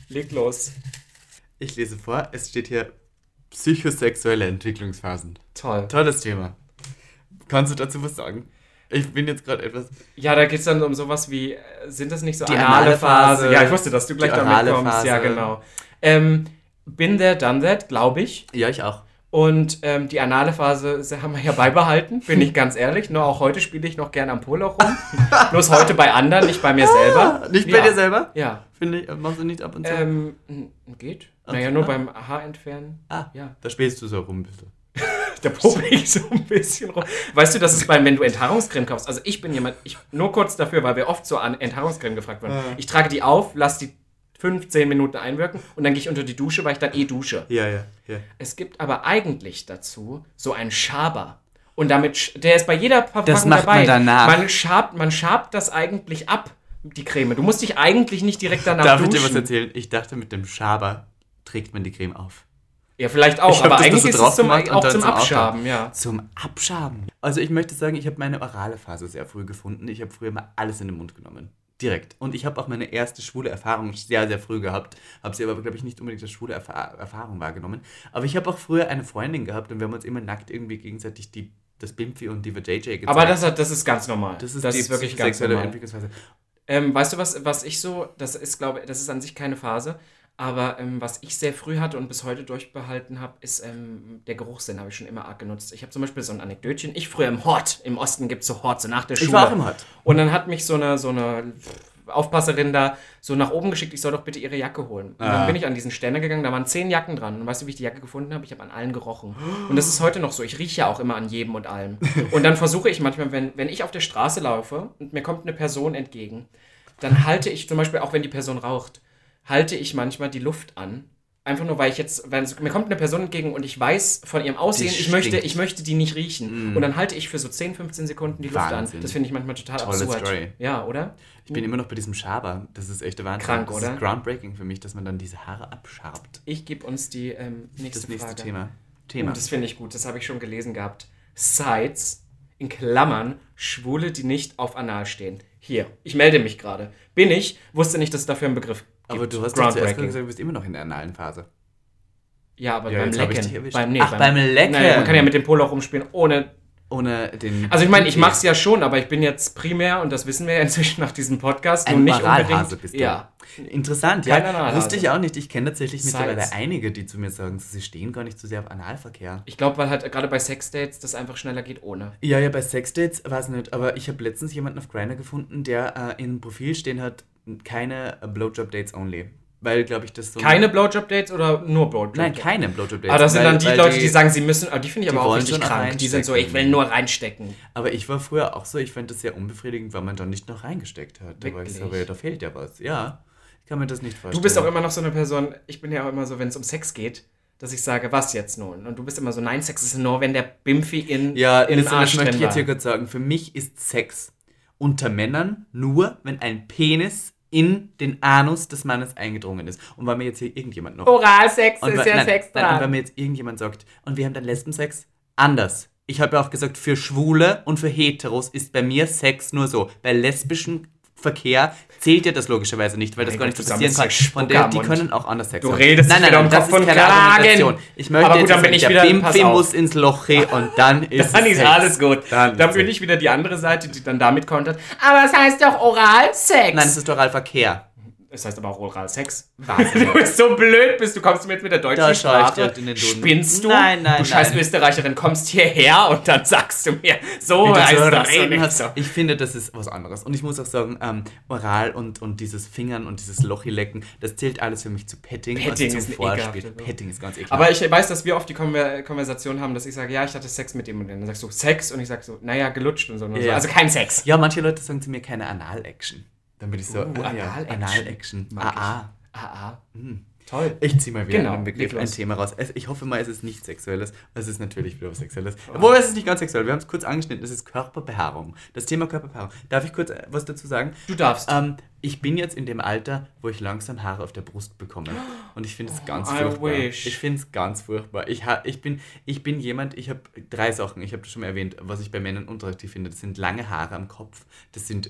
S1: Leg los.
S2: Ich lese vor, es steht hier psychosexuelle Entwicklungsphasen.
S1: Toll.
S2: Tolles Thema. Kannst du dazu was sagen? Ich bin jetzt gerade etwas...
S1: Ja, da geht es dann um sowas wie, sind das nicht so
S2: die
S1: anale
S2: anale Phase?
S1: Phase? Ja, ich wusste, dass du gleich damit kommst.
S2: Phase.
S1: Ja, genau. Ähm, been there, done that, glaube ich.
S2: Ja, ich auch.
S1: Und ähm, die anale Phase haben wir ja beibehalten, bin ich ganz ehrlich. Nur auch heute spiele ich noch gerne am Poloch rum. Bloß heute bei anderen, nicht bei mir selber.
S2: Ah, nicht bei
S1: ja.
S2: dir selber?
S1: Ja.
S2: Finde ich, machst du nicht ab und zu?
S1: Ähm, geht.
S2: Okay.
S1: Naja, nur beim Haar entfernen.
S2: Ah,
S1: ja.
S2: Da spielst du so rum ein bisschen.
S1: Da probe ich so ein bisschen rum. Weißt du, das ist beim, wenn du Enthaarungscreme kaufst. Also ich bin jemand, ich, nur kurz dafür, weil wir oft so an Enthaarungscreme gefragt werden.
S2: Ah.
S1: Ich trage die auf, lass die fünfzehn Minuten einwirken und dann gehe ich unter die Dusche, weil ich dann eh dusche.
S2: Ja, ja, ja.
S1: Es gibt aber eigentlich dazu so einen Schaber. Und damit, der ist bei jeder Verpackung
S2: das macht
S1: dabei.
S2: Man danach.
S1: Man schabt, man schabt das eigentlich ab, die Creme. Du musst dich eigentlich nicht direkt danach
S2: Darf
S1: duschen.
S2: ich dir was erzählen? Ich dachte, mit dem Schaber trägt man die Creme auf.
S1: Ja, vielleicht auch, aber eigentlich
S2: so
S1: ist es zum,
S2: gemacht und
S1: auch
S2: dann
S1: zum
S2: zum
S1: Abschaben, ja.
S2: Zum Abschaben. Also ich möchte sagen, ich habe meine orale Phase sehr früh gefunden. Ich habe früher mal alles in den Mund genommen. Direkt. Und ich habe auch meine erste schwule Erfahrung sehr, sehr früh gehabt. Habe sie aber, glaube ich, nicht unbedingt als schwule Erfa- Erfahrung wahrgenommen. Aber ich habe auch früher eine Freundin gehabt und wir haben uns immer nackt irgendwie gegenseitig die, das Bimpfi und die J J gezeigt.
S1: Aber das, hat, das ist ganz normal.
S2: das ist,
S1: das
S2: die
S1: ist wirklich ganz
S2: sexuelle
S1: normal.
S2: Entwicklungsphase.
S1: Ähm, weißt du, was, was ich so, das ist, glaube das ist an sich keine Phase, aber ähm, was ich sehr früh hatte und bis heute durchbehalten habe, ist ähm, der Geruchssinn, habe ich schon immer arg genutzt. Ich habe zum Beispiel so ein Anekdötchen. Ich früher im Hort, im Osten gibt es so Hort, so nach der Schule.
S2: Ich war auch im Hort.
S1: Und dann hat mich so eine, so eine Aufpasserin da so nach oben geschickt, ich soll doch bitte ihre Jacke holen. Und
S2: Ah.
S1: dann bin ich an diesen Ständer gegangen, da waren zehn Jacken dran. Und weißt du, wie ich die Jacke gefunden habe? Ich habe an allen gerochen. Und das ist heute noch so. Ich rieche ja auch immer an jedem und allem. Und dann versuche ich manchmal, wenn, wenn ich auf der Straße laufe und mir kommt eine Person entgegen, dann halte ich zum Beispiel, auch wenn die Person raucht, halte ich manchmal die Luft an. Einfach nur, weil ich jetzt, wenn es, mir kommt eine Person entgegen und ich weiß von ihrem Aussehen, ich möchte, ich möchte die nicht riechen. Mm. Und dann halte ich für so zehn, fünfzehn Sekunden die Luft
S2: Wahnsinn.
S1: an. Das finde ich manchmal total
S2: Tolle
S1: absurd.
S2: Story.
S1: Ja, oder?
S2: Ich bin immer noch bei diesem Schaber. Das ist echt der Wahnsinn.
S1: Krank,
S2: das
S1: oder?
S2: ist groundbreaking für mich, dass man dann diese Haare abschabt.
S1: Ich gebe uns die ähm, nächste
S2: Das nächste
S1: Frage.
S2: Thema. Thema.
S1: Oh, das finde ich gut, das habe ich schon gelesen gehabt. Sites, in Klammern, Schwule, die nicht auf Anal stehen. Hier, ich melde mich gerade. Bin ich, wusste nicht, dass es dafür einen Begriff gibt.
S2: Aber du hast doch zuerst gesagt, du bist immer noch in der analen Phase.
S1: Ja, aber
S2: Ja,
S1: beim
S2: jetzt hab ich dich
S1: Lecken.
S2: erwischt.
S1: Beim, nee,
S2: Ach, beim Lecken.
S1: Naja, man kann ja mit dem Polo auch rumspielen, ohne...
S2: Ohne den...
S1: Also ich meine, ich mache es ja schon, aber ich bin jetzt primär, und das wissen wir ja inzwischen nach diesem Podcast,
S2: Ein
S1: nun nicht
S2: Oralhase
S1: unbedingt...
S2: bist du.
S1: Ja.
S2: Interessant,
S1: Kein
S2: ja.
S1: Analhase.
S2: Wusste ich auch nicht. Ich kenne tatsächlich
S1: Sites.
S2: mittlerweile einige, die zu mir sagen, sie stehen gar nicht so sehr auf Analverkehr.
S1: Ich glaube, weil halt gerade bei Sexdates das einfach schneller geht ohne.
S2: Ja, ja, bei Sexdates weiß nicht, aber ich habe letztens jemanden auf Grindr gefunden, der äh, im Profil stehen hat, keine Blowjob-Dates only. Weil, glaube ich, das so...
S1: Keine Blowjob-Dates oder nur Blowjob-Dates?
S2: Nein, keine Blowjob-Dates.
S1: Aber das sind
S2: weil,
S1: dann die
S2: weil
S1: Leute, die, die sagen, sie müssen... Oh, die finde ich
S2: die
S1: aber auch
S2: wollen
S1: richtig
S2: schon
S1: krank. Die sind so, ich will
S2: reinstecken.
S1: nur reinstecken.
S2: Aber ich war früher auch so, ich fand das sehr unbefriedigend, weil man dann nicht noch reingesteckt hat. Da war ich so,
S1: Wirklich?
S2: aber da fehlt ja was. Ja, ich kann mir das nicht vorstellen.
S1: Du bist auch immer noch so eine Person, ich bin ja auch immer so, wenn es um Sex geht, dass ich sage, was jetzt nun? Und du bist immer so, nein, Sex ist nur, wenn der Bimpfi in,
S2: Ja,
S1: in den
S2: listen, das
S1: Arsch
S2: möchte
S1: drin
S2: ich jetzt
S1: war.
S2: hier kurz sagen. Für mich ist Sex unter Männern nur, wenn ein Penis in den Anus des Mannes eingedrungen ist. Und weil mir jetzt hier irgendjemand noch...
S1: Oralsex
S2: und
S1: ist
S2: weil,
S1: ja
S2: nein,
S1: Sex
S2: nein, und weil
S1: dran.
S2: mir jetzt irgendjemand sagt, und wir haben dann Lesbensex, anders. Ich habe ja auch gesagt, für Schwule und für Heteros ist bei mir Sex nur so. Bei lesbischen Verkehr zählt ja das logischerweise nicht, weil das
S1: Mein
S2: gar nicht
S1: Gott,
S2: so
S1: du
S2: passieren kann.
S1: sammelst hier
S2: Von
S1: Spucke
S2: der,
S1: am
S2: die
S1: Mund.
S2: können auch anders Sex
S1: Du
S2: haben.
S1: redest
S2: nein,
S1: wieder
S2: nein,
S1: um
S2: das
S1: Kopf
S2: ist
S1: und
S2: keine
S1: Kragen.
S2: Argumentation. Ich möchte
S1: Aber gut,
S2: jetzt
S1: dann bin
S2: sagen,
S1: ich
S2: der
S1: wieder- pass
S2: Bimpfi
S1: auf.
S2: muss ins Loch und dann ist
S1: Dann
S2: es
S1: ist
S2: Sex.
S1: alles gut.
S2: Dann,
S1: Dann
S2: ist
S1: bin
S2: es.
S1: ich wieder die andere Seite, die dann damit kontert. Aber es heißt doch Oralsex.
S2: Nein, es ist Oralverkehr.
S1: Es heißt aber auch Oralsex.
S2: Wahnsinn.
S1: Du bist so blöd, bist du kommst mir jetzt mit der deutschen
S2: Da schau ich
S1: Sprache.
S2: direkt in den Duden.
S1: Spinnst du?
S2: Nein, nein,
S1: Du scheiß
S2: nein.
S1: Österreicherin, kommst hierher und dann sagst du mir, so
S2: Wie du
S1: heißt
S2: so
S1: das so
S2: reden
S1: nicht
S2: hast.
S1: so.
S2: Ich finde, das ist was anderes. Und ich muss auch sagen, ähm, Oral und, und dieses Fingern und dieses Lochi-Lecken, das zählt alles für mich zu Petting.
S1: Petting
S2: also
S1: ist
S2: zum
S1: eine
S2: Vorspiel.
S1: ekelhafte-
S2: Petting ist ganz ekelhaft.
S1: Aber ich weiß, dass wir oft die Konver Konversation haben, dass ich sage, ja, ich hatte Sex mit dem und dem. Dann sagst du Sex und ich sag so, naja, gelutscht und so. Und so.
S2: Ja.
S1: Also kein Sex.
S2: ja, manche Leute sagen zu mir keine Anal-Action. Dann bin ich so,
S1: Uh,
S2: ah, ja,
S1: Anal-Action.
S2: Anal-Action.
S1: Mag ich.
S2: Ah, ah.
S1: Ah, ah.
S2: Hm.
S1: Toll.
S2: Ich zieh mal wieder
S1: Genau,
S2: einen Begriff,
S1: leg
S2: ein
S1: los.
S2: Thema raus. Es, ich hoffe mal, es ist nicht Sexuelles. Es ist natürlich wieder was Sexuelles. Obwohl, es ist nicht ganz sexuell. Wir haben es kurz angeschnitten. Es ist Körperbehaarung. Das Thema Körperbehaarung. Darf ich kurz äh, was dazu sagen?
S1: Du darfst.
S2: Ähm, ich bin jetzt in dem Alter, wo ich langsam Haare auf der Brust bekomme. Und ich finde es ganz
S1: I
S2: furchtbar.
S1: wish.
S2: Ich finde es ganz furchtbar. Ich, ha, ich, bin, ich bin jemand, ich habe drei Sachen, ich habe das schon mal erwähnt, was ich bei Männern unattraktiv finde. Das sind lange Haare am Kopf. Das sind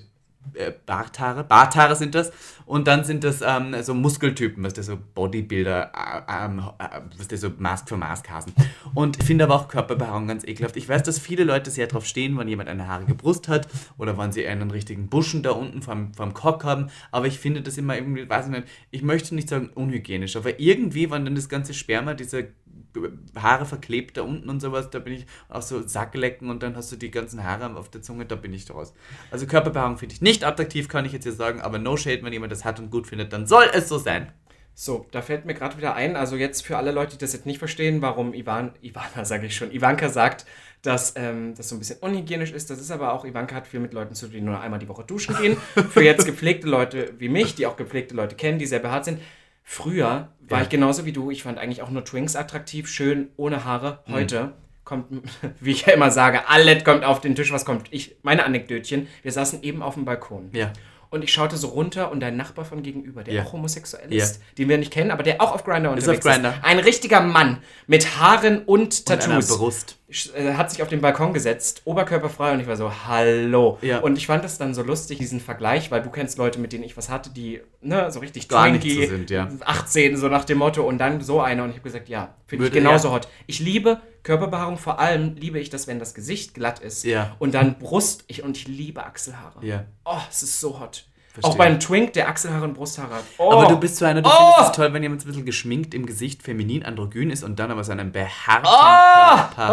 S2: äh, Barthaare. Barthaare sind das. Und dann sind das ähm, so Muskeltypen, was der so Bodybuilder, äh, ähm, äh, was der so Mask für Mask hasen. Und ich finde aber auch Körperbehaarung ganz ekelhaft. Ich weiß, dass viele Leute sehr drauf stehen, wenn jemand eine haarige Brust hat oder wenn sie einen richtigen Buschen da unten vom, vom Cock haben. Aber ich finde das immer irgendwie, weiß ich nicht, ich möchte nicht sagen unhygienisch, aber irgendwie, wenn dann das ganze Sperma, diese Haare verklebt da unten und sowas, da bin ich auch so Sacklecken und dann hast du die ganzen Haare auf der Zunge, da bin ich draus. Also Körperbehaarung finde ich nicht attraktiv, kann ich jetzt hier sagen, aber no shade, wenn jemand das hat und gut findet, dann soll es so sein.
S1: So, da fällt mir gerade wieder ein, also jetzt für alle Leute, die das jetzt nicht verstehen, warum Ivan, Ivana sage ich schon, Ivanka sagt, dass ähm, das so ein bisschen unhygienisch ist. Das ist aber auch, Ivanka hat viel mit Leuten zu tun, die nur einmal die Woche duschen gehen. Für jetzt gepflegte Leute wie mich, die auch gepflegte Leute kennen, die sehr behaart sind. Früher war ja. ich genauso wie du. Ich fand eigentlich auch nur Twinks attraktiv, schön, ohne Haare. Heute mhm. kommt, wie ich ja immer sage, alles kommt auf den Tisch. Was kommt? Ich, meine Anekdötchen. Wir saßen eben auf dem Balkon.
S2: Ja.
S1: Und ich schaute so runter und dein Nachbar von gegenüber, der
S2: ja.
S1: auch homosexuell ist,
S2: ja.
S1: den wir nicht kennen, aber der auch auf Grindr unterwegs
S2: ist. Auf Grindr.
S1: ist. Ein richtiger Mann mit Haaren und Tattoos.
S2: Und Brust.
S1: Hat sich auf den Balkon gesetzt, oberkörperfrei, und ich war so, hallo.
S2: Ja.
S1: Und ich fand das dann so lustig, diesen Vergleich, weil du kennst Leute, mit denen ich was hatte, die ne, so richtig
S2: Gar
S1: Twinkie,
S2: nicht so sind, ja.
S1: achtzehn, so nach dem Motto, und dann so einer. Und ich habe gesagt, ja, finde ich genauso ja. hot. Ich liebe Körperbehaarung, vor allem liebe ich das, wenn das Gesicht glatt ist.
S2: Ja.
S1: Und dann Brust, ich, und ich liebe Achselhaare.
S2: Ja.
S1: Oh, es ist so hot.
S2: Verstehe.
S1: Auch beim Twink, der Achselhaare und Brusthaare hat. Oh.
S2: Aber du bist so einer, du
S1: oh.
S2: findest es toll, wenn jemand ein bisschen geschminkt im Gesicht, feminin, androgyn ist und dann aber so einen behaarten
S1: oh.
S2: Körper.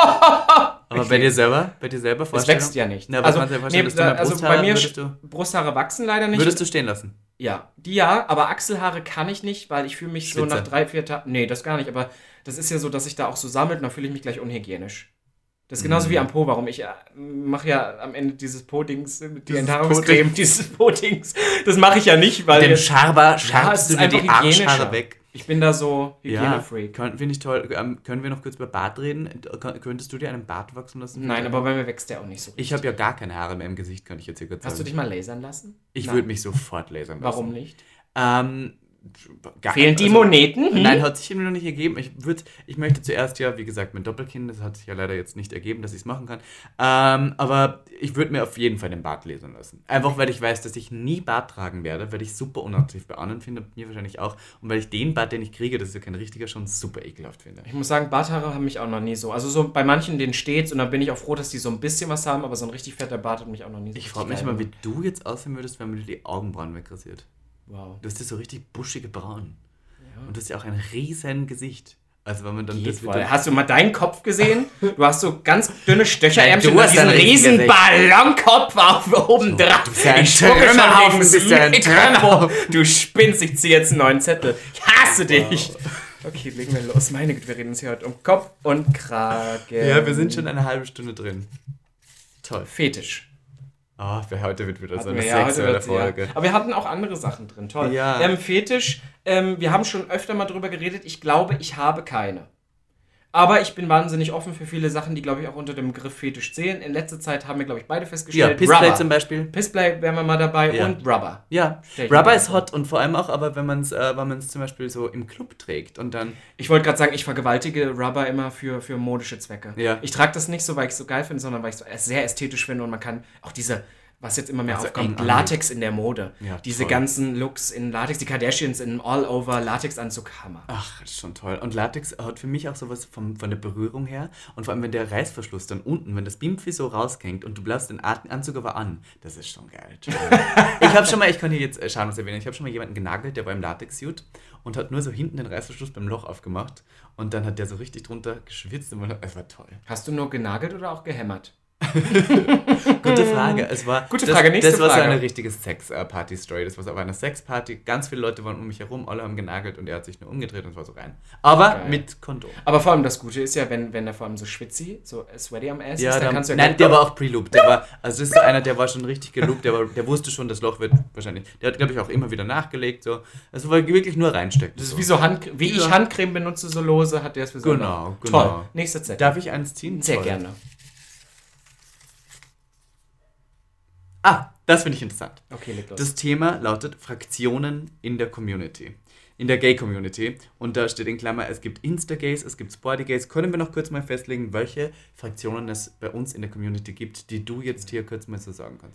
S2: Oh. Aber
S1: okay.
S2: bei dir selber, bei dir selber
S1: Vorstellung? Das wächst ja nicht.
S2: Na,
S1: also,
S2: nee, dass du
S1: also bei mir du, Brusthaare wachsen leider nicht.
S2: Würdest du stehen lassen?
S1: Ja, die ja, aber Achselhaare kann ich nicht, weil ich fühle mich
S2: Spitze.
S1: so nach drei, vier Tagen, nee, das gar nicht, aber das ist ja so, dass sich da auch so sammelt und dann fühle ich mich gleich unhygienisch. Das ist genauso mhm. wie am Po, warum ich äh, mache ja am Ende dieses Po-Dings, die Enthaarungscreme, dieses Po-Dings, das mache ich ja nicht, weil...
S2: Mit dem Schaber schabst
S1: ja,
S2: du dir die Arschhaare weg.
S1: Ich bin da so Hygienefreak.
S2: Ja, finde ich toll. Ähm, können wir noch kurz über Bart reden? Könntest du dir einen Bart wachsen lassen?
S1: Nein, aber bei mir wächst der auch nicht so
S2: richtig. Ich habe ja gar keine Haare mehr im Gesicht, kann ich jetzt hier kurz sagen.
S1: Hast du dich mal lasern lassen?
S2: Ich würde mich sofort lasern lassen.
S1: Warum nicht?
S2: Ähm... Gar,
S1: Fehlen die
S2: also,
S1: Moneten? Hm?
S2: Nein, hat sich mir noch nicht ergeben. Ich, würd, ich möchte zuerst ja, wie gesagt, mein Doppelkind, das hat sich ja leider jetzt nicht ergeben, dass ich es machen kann. Ähm, aber ich würde mir auf jeden Fall den Bart lasern lassen. Einfach, weil ich weiß, dass ich nie Bart tragen werde, weil ich super unattraktiv bei anderen finde, mir wahrscheinlich auch. Und weil ich den Bart, den ich kriege, das ist ja kein richtiger, schon super ekelhaft finde.
S1: Ich muss sagen, Barthaare haben mich auch noch nie so. Also so bei manchen, denen steht's, und dann bin ich auch froh, dass die so ein bisschen was haben, aber so ein richtig fetter Bart hat mich auch noch nie so.
S2: Ich frage mich mal, wie du jetzt aussehen würdest, wenn man dir die Augenbrauen wegrasiert.
S1: Wow.
S2: Du hast ja so richtig buschige Brauen. Und du hast ja auch ein riesen Gesicht. Also wenn man dann
S1: das wieder hast du mal deinen Kopf gesehen? Du hast so ganz dünne Stöcherärmchen
S2: und
S1: diesen riesen Ballonkopf auf oben so, drauf.
S2: Du bist ja ein Trümmerhaufen, bist ja ein Trümmerhaufen.
S1: Du spinnst, ich ziehe jetzt einen neuen Zettel. Ich hasse dich. Okay, legen wir los. Meine Güte, wir reden uns hier heute um Kopf und Kragen.
S2: Ja, wir sind schon eine halbe Stunde drin. Toll.
S1: Fetisch.
S2: Ah, oh, für heute wird wieder so eine
S1: ja,
S2: sexuelle Folge.
S1: Ja. Aber wir hatten auch andere Sachen drin, toll.
S2: Ja.
S1: Ähm, Fetisch, ähm, wir haben schon öfter mal drüber geredet. Ich glaube, ich habe keine. Aber ich bin wahnsinnig offen für viele Sachen, die, glaube ich, auch unter dem Begriff Fetisch zählen. In letzter Zeit haben wir, glaube ich, beide festgestellt.
S2: Ja, Pissplay zum Beispiel.
S1: Pissplay wären wir mal dabei ja. und Rubber.
S2: Ja, Rubber ist hot und vor allem auch, aber wenn man es äh, wenn man es zum Beispiel so im Club trägt und dann...
S1: Ich wollte gerade sagen, ich vergewaltige Rubber immer für, für modische Zwecke.
S2: Ja.
S1: Ich trage das nicht so, weil ich es so geil finde, sondern weil ich es sehr ästhetisch finde und man kann auch diese... Was jetzt immer mehr also aufkommt, Latex in der Mode.
S2: Ja,
S1: diese
S2: toll.
S1: ganzen Looks in Latex, die Kardashians in all-over Latexanzug, Hammer.
S2: Ach, ist schon toll. Und Latex hat für mich auch sowas vom, von der Berührung her. Und vor allem, wenn der Reißverschluss dann unten, wenn das Bimpfi so raushängt und du bleibst den Anzug aber an, das ist schon geil. Ich habe schon mal, ich kann hier jetzt schamlos erwähnen, ich habe schon mal jemanden genagelt, der war im Latex-Suit und hat nur so hinten den Reißverschluss beim Loch aufgemacht. Und dann hat der so richtig drunter geschwitzt und es war toll.
S1: Hast du nur genagelt oder auch gehämmert?
S2: Gute Frage. Es war,
S1: Gute
S2: das,
S1: Frage, nächste
S2: Das war
S1: Frage.
S2: so eine richtige Sex-Party-Story. Das war so auf einer Sex-Party. Ganz viele Leute waren um mich herum, alle haben genagelt und er hat sich nur umgedreht und es war so rein. Aber Geil. Mit Kondom.
S1: Aber vor allem das Gute ist ja, wenn, wenn er vor allem so schwitzig, so sweaty am Ass
S2: ja,
S1: ist, dann,
S2: dann
S1: kannst du ja...
S2: Nein, der war auch pre-looped. Der war, also das ist so einer, der war schon richtig geloopt. Der, war, der wusste schon, das Loch wird wahrscheinlich... Der hat, glaube ich, auch immer wieder nachgelegt. So. Also war wirklich nur reinstecken.
S1: Das ist
S2: so.
S1: wie so Hand, wie ja. ich Handcreme benutze, so lose, hat der es für so...
S2: Genau, genau.
S1: Toll. Nächster Zettel.
S2: Darf ich eins ziehen?
S1: Sehr
S2: Toll.
S1: gerne.
S2: Ah, das finde ich interessant.
S1: Okay, leg los.
S2: Das Thema lautet Fraktionen in der Community. In der Gay-Community. Und da steht in Klammer, es gibt Insta-Gays, es gibt Sporty-Gays. Können wir noch kurz mal festlegen, welche Fraktionen es bei uns in der Community gibt, die du jetzt hier kurz mal so sagen kannst?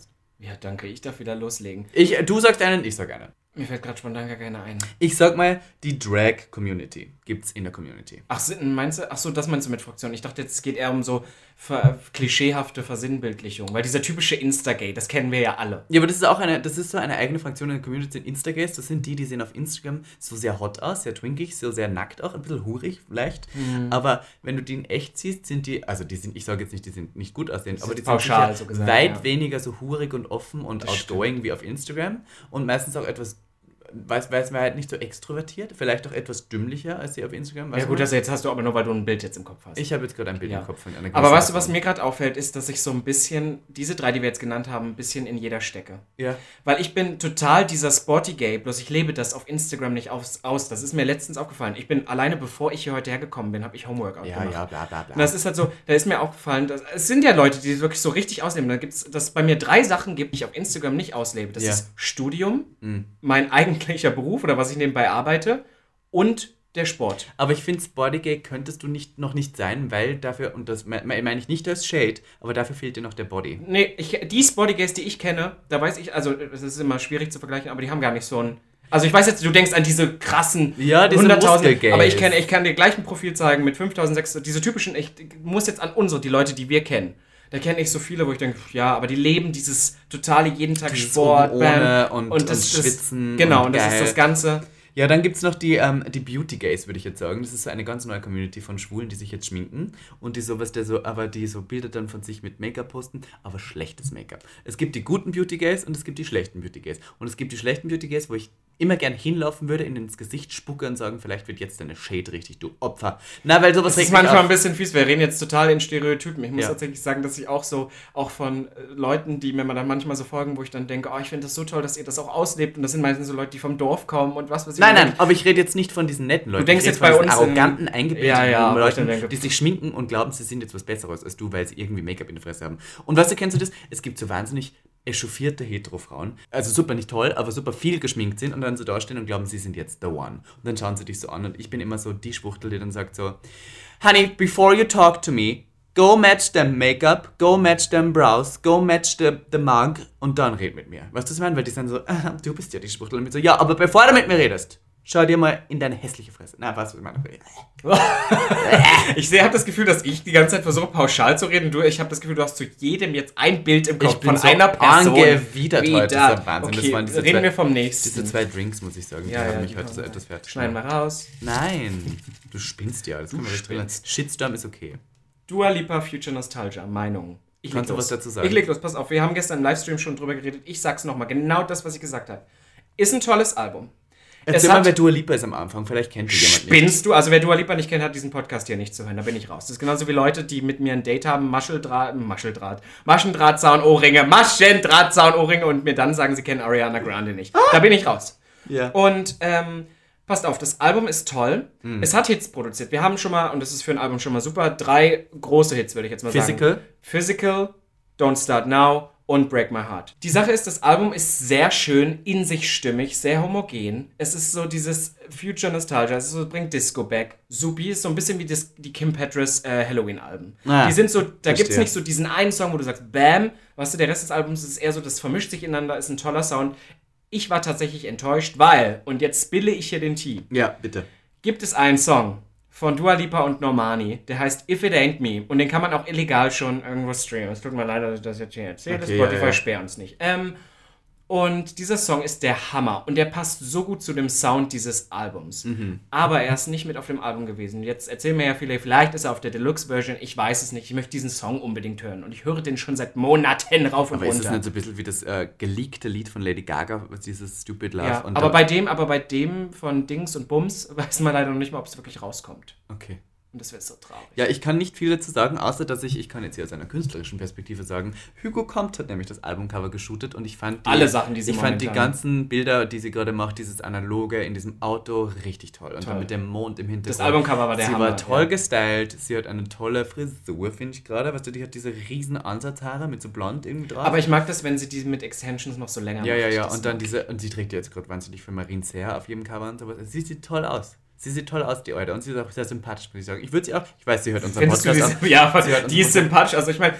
S1: Ja, danke. Ich darf wieder loslegen.
S2: Ich, du sagst einen, ich sag einen.
S1: Mir fällt gerade spontan gar keiner ein.
S2: Ich sag mal, die Drag-Community gibt's in der Community.
S1: Ach, meinst du? Ach so, das meinst du mit Fraktion. Ich dachte, jetzt es geht eher um so ver- klischeehafte Versinnbildlichung. Weil dieser typische Insta-Gay, das kennen wir ja alle.
S2: Ja, aber das ist auch eine, das ist so eine eigene Fraktion in der Community, sind Insta-Gays. Das sind die, die sehen auf Instagram so sehr hot aus, sehr twinkig, so sehr nackt auch, ein bisschen hurig vielleicht. Mhm. Aber wenn du die in echt siehst, sind die, also die sind, ich sage jetzt nicht, die sind nicht gut aussehend, aber die sind
S1: pauschal, so gesagt,
S2: weit
S1: ja.
S2: weniger so hurig und offen und
S1: das
S2: outgoing
S1: stimmt.
S2: wie auf Instagram. Und meistens auch etwas, weiß, weiß man halt nicht so extrovertiert, vielleicht auch etwas dümmlicher als sie auf Instagram.
S1: Ja gut, also jetzt hast du aber nur, weil du ein Bild jetzt im Kopf hast.
S2: Ich habe jetzt gerade ein Bild
S1: ja.
S2: im Kopf von einer
S1: Aber weißt du, was mir gerade auffällt, ist, dass ich so ein bisschen, diese drei, die wir jetzt genannt haben, ein bisschen in jeder stecke.
S2: Ja.
S1: Weil ich bin total dieser Sporty Gay, bloß ich lebe das auf Instagram nicht aus. aus. Das ist mir letztens aufgefallen. Ich bin alleine, bevor ich hier heute hergekommen bin, habe ich Homeworkout
S2: ja,
S1: gemacht.
S2: Ja, bla bla bla.
S1: Und das ist halt so, da ist mir aufgefallen, dass, es sind ja Leute, die wirklich so richtig ausleben. Da gibt es, dass es bei mir drei Sachen gibt, die ich auf Instagram nicht auslebe. Das
S2: ja.
S1: ist Studium,
S2: mhm.
S1: mein eigentlicher Beruf oder was ich nebenbei arbeite und der Sport.
S2: Aber ich finde, Sporty-Gay könntest du nicht, noch nicht sein, weil dafür, und das meine mein ich nicht als Shade, aber dafür fehlt dir noch der Body.
S1: Nee, ich, die Sporty-Gays, die ich kenne, da weiß ich, also es ist immer schwierig zu vergleichen, aber die haben gar nicht so ein... Also ich weiß jetzt, du denkst an diese krassen
S2: ja, diese
S1: hunderttausend, aber ich kenne, ich kann dir gleich ein Profil zeigen mit fünftausendsechshundert, diese typischen, ich muss jetzt an unsere, die Leute, die wir kennen. Da kenne ich so viele, wo ich denke, ja, aber die leben dieses totale jeden Tag
S2: dieses
S1: Sport,
S2: ohne und,
S1: und, das,
S2: und Schwitzen.
S1: Das, genau,
S2: und,
S1: und das
S2: geil.
S1: ist das Ganze.
S2: Ja, dann gibt es noch die, ähm, die Beauty Gays, würde ich jetzt sagen. Das ist so eine ganz neue Community von Schwulen, die sich jetzt schminken und die sowas, der so, aber die so Bilder dann von sich mit Make-up posten, aber schlechtes Make-up. Es gibt die guten Beauty Gays und es gibt die schlechten Beauty Gays. Und es gibt die schlechten Beauty Gays, wo ich immer gern hinlaufen würde, ihnen ins Gesicht spucke und sagen, vielleicht wird jetzt deine Shade richtig, du Opfer. Na, weil sowas
S1: das ist manchmal ein bisschen fies. Wir reden jetzt total in Stereotypen. Ich muss
S2: ja.
S1: tatsächlich sagen, dass ich auch so, auch von Leuten, die mir dann manchmal so folgen, wo ich dann denke, oh, ich finde das so toll, dass ihr das auch auslebt. Und das sind meistens so Leute, die vom Dorf kommen und was weiß ich.
S2: Nein, nein, aber ich rede jetzt nicht von diesen netten Leuten.
S1: Du denkst
S2: ich
S1: jetzt bei uns
S2: arroganten, eingebildeten
S1: ja, ja,
S2: Leuten,
S1: denke,
S2: die sich schminken und glauben, sie sind jetzt was Besseres als du, weil sie irgendwie Make-up in der Fresse haben. Und weißt du, kennst du das? Es gibt so wahnsinnig echauffierte Hetero-Frauen, also super nicht toll, aber super viel geschminkt sind und dann so dastehen und glauben, sie sind jetzt the one. Und dann schauen sie dich so an und ich bin immer so die Schwuchtel, die dann sagt so, Honey, before you talk to me, go match them Make-up, go match them Brows, go match the, the mug und dann red mit mir. Weißt du, was ich meine? Weil die sind so, ah, du bist ja die Schwuchtel. Und ich so, ja, aber bevor du mit mir redest, schau dir mal in deine hässliche Fresse. Na, was ich meine?
S1: Ich habe das Gefühl, dass ich die ganze Zeit versuche, pauschal zu reden. Du, ich habe das Gefühl, du hast zu jedem jetzt ein Bild im Kopf
S2: ich bin
S1: von
S2: so
S1: einer Person.
S2: angewidert heute. Das ist Wahnsinn.
S1: Okay,
S2: das waren diese
S1: reden
S2: zwei,
S1: wir vom nächsten.
S2: Diese zwei Drinks, muss ich sagen, die
S1: ja,
S2: haben
S1: ja,
S2: mich heute so etwas fertig
S1: Schneiden wir raus.
S2: Nein, du spinnst ja. Das du spinnst. Shitstorm ist okay.
S1: Dua Lipa, Future Nostalgia, Meinung. Ich
S2: Kannst du was dazu sagen?
S1: Ich leg los, pass auf. Wir haben gestern im Livestream schon drüber geredet. Ich sag's nochmal, genau das, was ich gesagt habe. Ist ein tolles Album.
S2: Erzähl mal, wer Dua Lipa ist am Anfang. Vielleicht kennt die jemand nicht.
S1: Spinnst du? Also wer Dua Lipa nicht kennt, hat diesen Podcast hier nicht zu hören. Da bin ich raus. Das ist genauso wie Leute, die mit mir ein Date haben, Mascheldraht, Mascheldraht, Maschendrahtzaun-Ohrringe, Maschendrahtzaun-Ohrringe und mir dann sagen, sie kennen Ariana Grande nicht. Da bin ich raus.
S2: Ja.
S1: Und ähm, passt auf, das Album ist toll. Mhm. Es hat Hits produziert. Wir haben schon mal, und das ist für ein Album schon mal super, drei große Hits, würde ich jetzt mal
S2: Physical.
S1: sagen. Physical, Don't Start Now und Break My Heart. Die Sache ist, das Album ist sehr schön, in sich stimmig, sehr homogen. Es ist so dieses Future Nostalgia, es ist so, bringt Disco back. Supi ist so ein bisschen wie das, die Kim Petras äh, Halloween-Alben. Ah, die sind so, da gibt es nicht so diesen einen Song, wo du sagst, bam, weißt du, der Rest des Albums ist eher so, das vermischt sich ineinander, ist ein toller Sound. Ich war tatsächlich enttäuscht, weil, und jetzt spille ich hier den Tee.
S2: Ja, bitte.
S1: Gibt es einen Song von Dua Lipa und Normani, der heißt If It Ain't Me. Und den kann man auch illegal schon irgendwo streamen. Es tut mir leid, dass ich das jetzt hier erzähle. Okay, Spotify ja, ja. sperrt uns nicht. Ähm, und dieser Song ist der Hammer. Und der passt so gut zu dem Sound dieses Albums. Mhm. Aber er ist nicht mit auf dem Album gewesen. Jetzt erzählen mir ja viele, vielleicht ist er auf der Deluxe-Version. Ich weiß es nicht. Ich möchte diesen Song unbedingt hören. Und ich höre den schon seit Monaten rauf und
S2: aber
S1: runter.
S2: Aber ist das nicht so ein bisschen wie das äh, geleakte Lied von Lady Gaga, dieses Stupid Love?
S1: Ja,
S2: und
S1: aber, bei dem, aber bei dem von Dings und Bums weiß man leider noch nicht mal, ob es wirklich rauskommt.
S2: Okay.
S1: Und das wäre so traurig.
S2: Ja, ich kann nicht viel dazu sagen, außer dass ich, ich kann jetzt hier aus einer künstlerischen Perspektive sagen, Hugo Compt hat nämlich das Albumcover geshootet und ich fand die,
S1: alle Sachen, die sie
S2: ich fand die ganzen Bilder, die sie gerade macht, dieses Analoge in diesem Auto, richtig toll. Und
S1: toll.
S2: dann mit dem Mond im Hintergrund.
S1: Das Albumcover war der
S2: Sie
S1: Hammer.
S2: Sie war toll
S1: ja.
S2: gestylt, sie hat eine tolle Frisur, finde ich gerade. Weißt du, die hat diese riesen Ansatzhaare mit so blond irgendwie drauf.
S1: Aber ich mag das, wenn sie die mit Extensions noch so länger
S2: ja,
S1: macht.
S2: Ja, ja, ja. Und dann diese, und sie trägt ja jetzt gerade wahnsinnig für Marine Serre auf jedem Cover und sowas. Sie sieht toll aus. Sie sieht toll aus, die Alte. Und sie ist auch sehr sympathisch, muss ich sagen. Ich würde sie auch, ich weiß, sie hört unseren
S1: Findest
S2: Podcast
S1: du diese, Ja,
S2: sie hört
S1: die ist sympathisch. Also ich meine,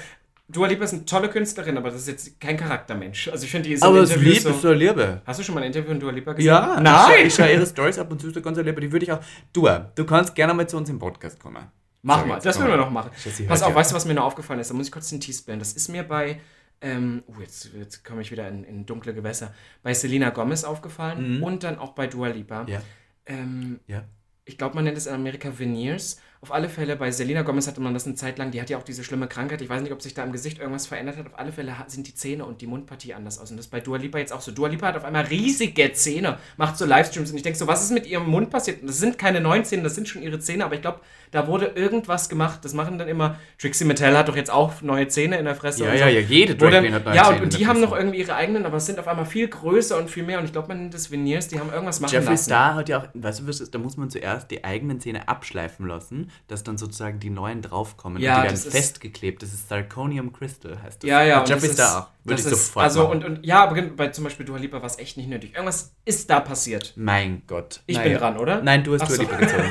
S1: Dua Lipa ist eine tolle Künstlerin, aber das ist jetzt kein Charaktermensch. Also ich finde, die ist
S2: aber es lieb, ist so Liebe.
S1: Hast du schon mal ein Interview von Dua Lipa gesehen?
S2: Ja,
S1: nein.
S2: Ich schaue ihre Stories ab und zu, ganz Liebe. Die würde ich auch... Dua, du kannst gerne mal zu uns im Podcast kommen.
S1: Mach mal, das würden wir noch machen. Pass auf,
S2: ja.
S1: weißt du, was mir noch aufgefallen ist? Da muss ich kurz den Tease blenden. Das ist mir bei... Ähm, oh, jetzt, jetzt komme ich wieder in, in dunkle Gewässer. Bei Selena Gomez aufgefallen
S2: mhm.
S1: und dann auch bei Dua Lipa.
S2: Ja.
S1: Ähm,
S2: ja.
S1: Ich glaube, man nennt es in Amerika Veneers. Auf alle Fälle, bei Selena Gomez hatte man das eine Zeit lang, die hat ja auch diese schlimme Krankheit. Ich weiß nicht, ob sich da im Gesicht irgendwas verändert hat. Auf alle Fälle sind die Zähne und die Mundpartie anders aus. Und das ist bei Dua Lipa jetzt auch so. Dua Lipa hat auf einmal riesige Zähne, macht so Livestreams. Und ich denke so, was ist mit ihrem Mund passiert? Und das sind keine neuen Zähne, das sind schon ihre Zähne. Aber ich glaube, da wurde irgendwas gemacht. Das machen dann immer... Trixie Mattel hat doch jetzt auch neue Zähne in der Fresse.
S2: Ja,
S1: und
S2: ja,
S1: so.
S2: ja, jede Drag Queen hat neue
S1: ja,
S2: Zähne.
S1: Ja, und die haben noch irgendwie ihre eigenen, aber es sind auf einmal viel größer und viel mehr. Und ich glaube, man nennt das Veneers, die haben irgendwas machen
S2: Jeffree
S1: lassen.
S2: Jeffree Star hat ja auch... Weißt du, was ist? Da muss man zuerst die eigenen Zähne abschleifen lassen, dass dann sozusagen die neuen draufkommen
S1: ja,
S2: und die werden festgeklebt. Das ist Zirconium Crystal, heißt das.
S1: Ja, ja.
S2: Und Jeffree Star auch. Würde ich
S1: ist,
S2: sofort
S1: also
S2: machen.
S1: und, und ja, aber bei zum Beispiel Dua Lipa war es echt nicht nötig. Irgendwas ist da passiert.
S2: Mein Gott.
S1: Ich
S2: naja.
S1: bin dran, oder?
S2: Nein, du hast
S1: Ach
S2: Dua
S1: so.
S2: Lipa gezogen.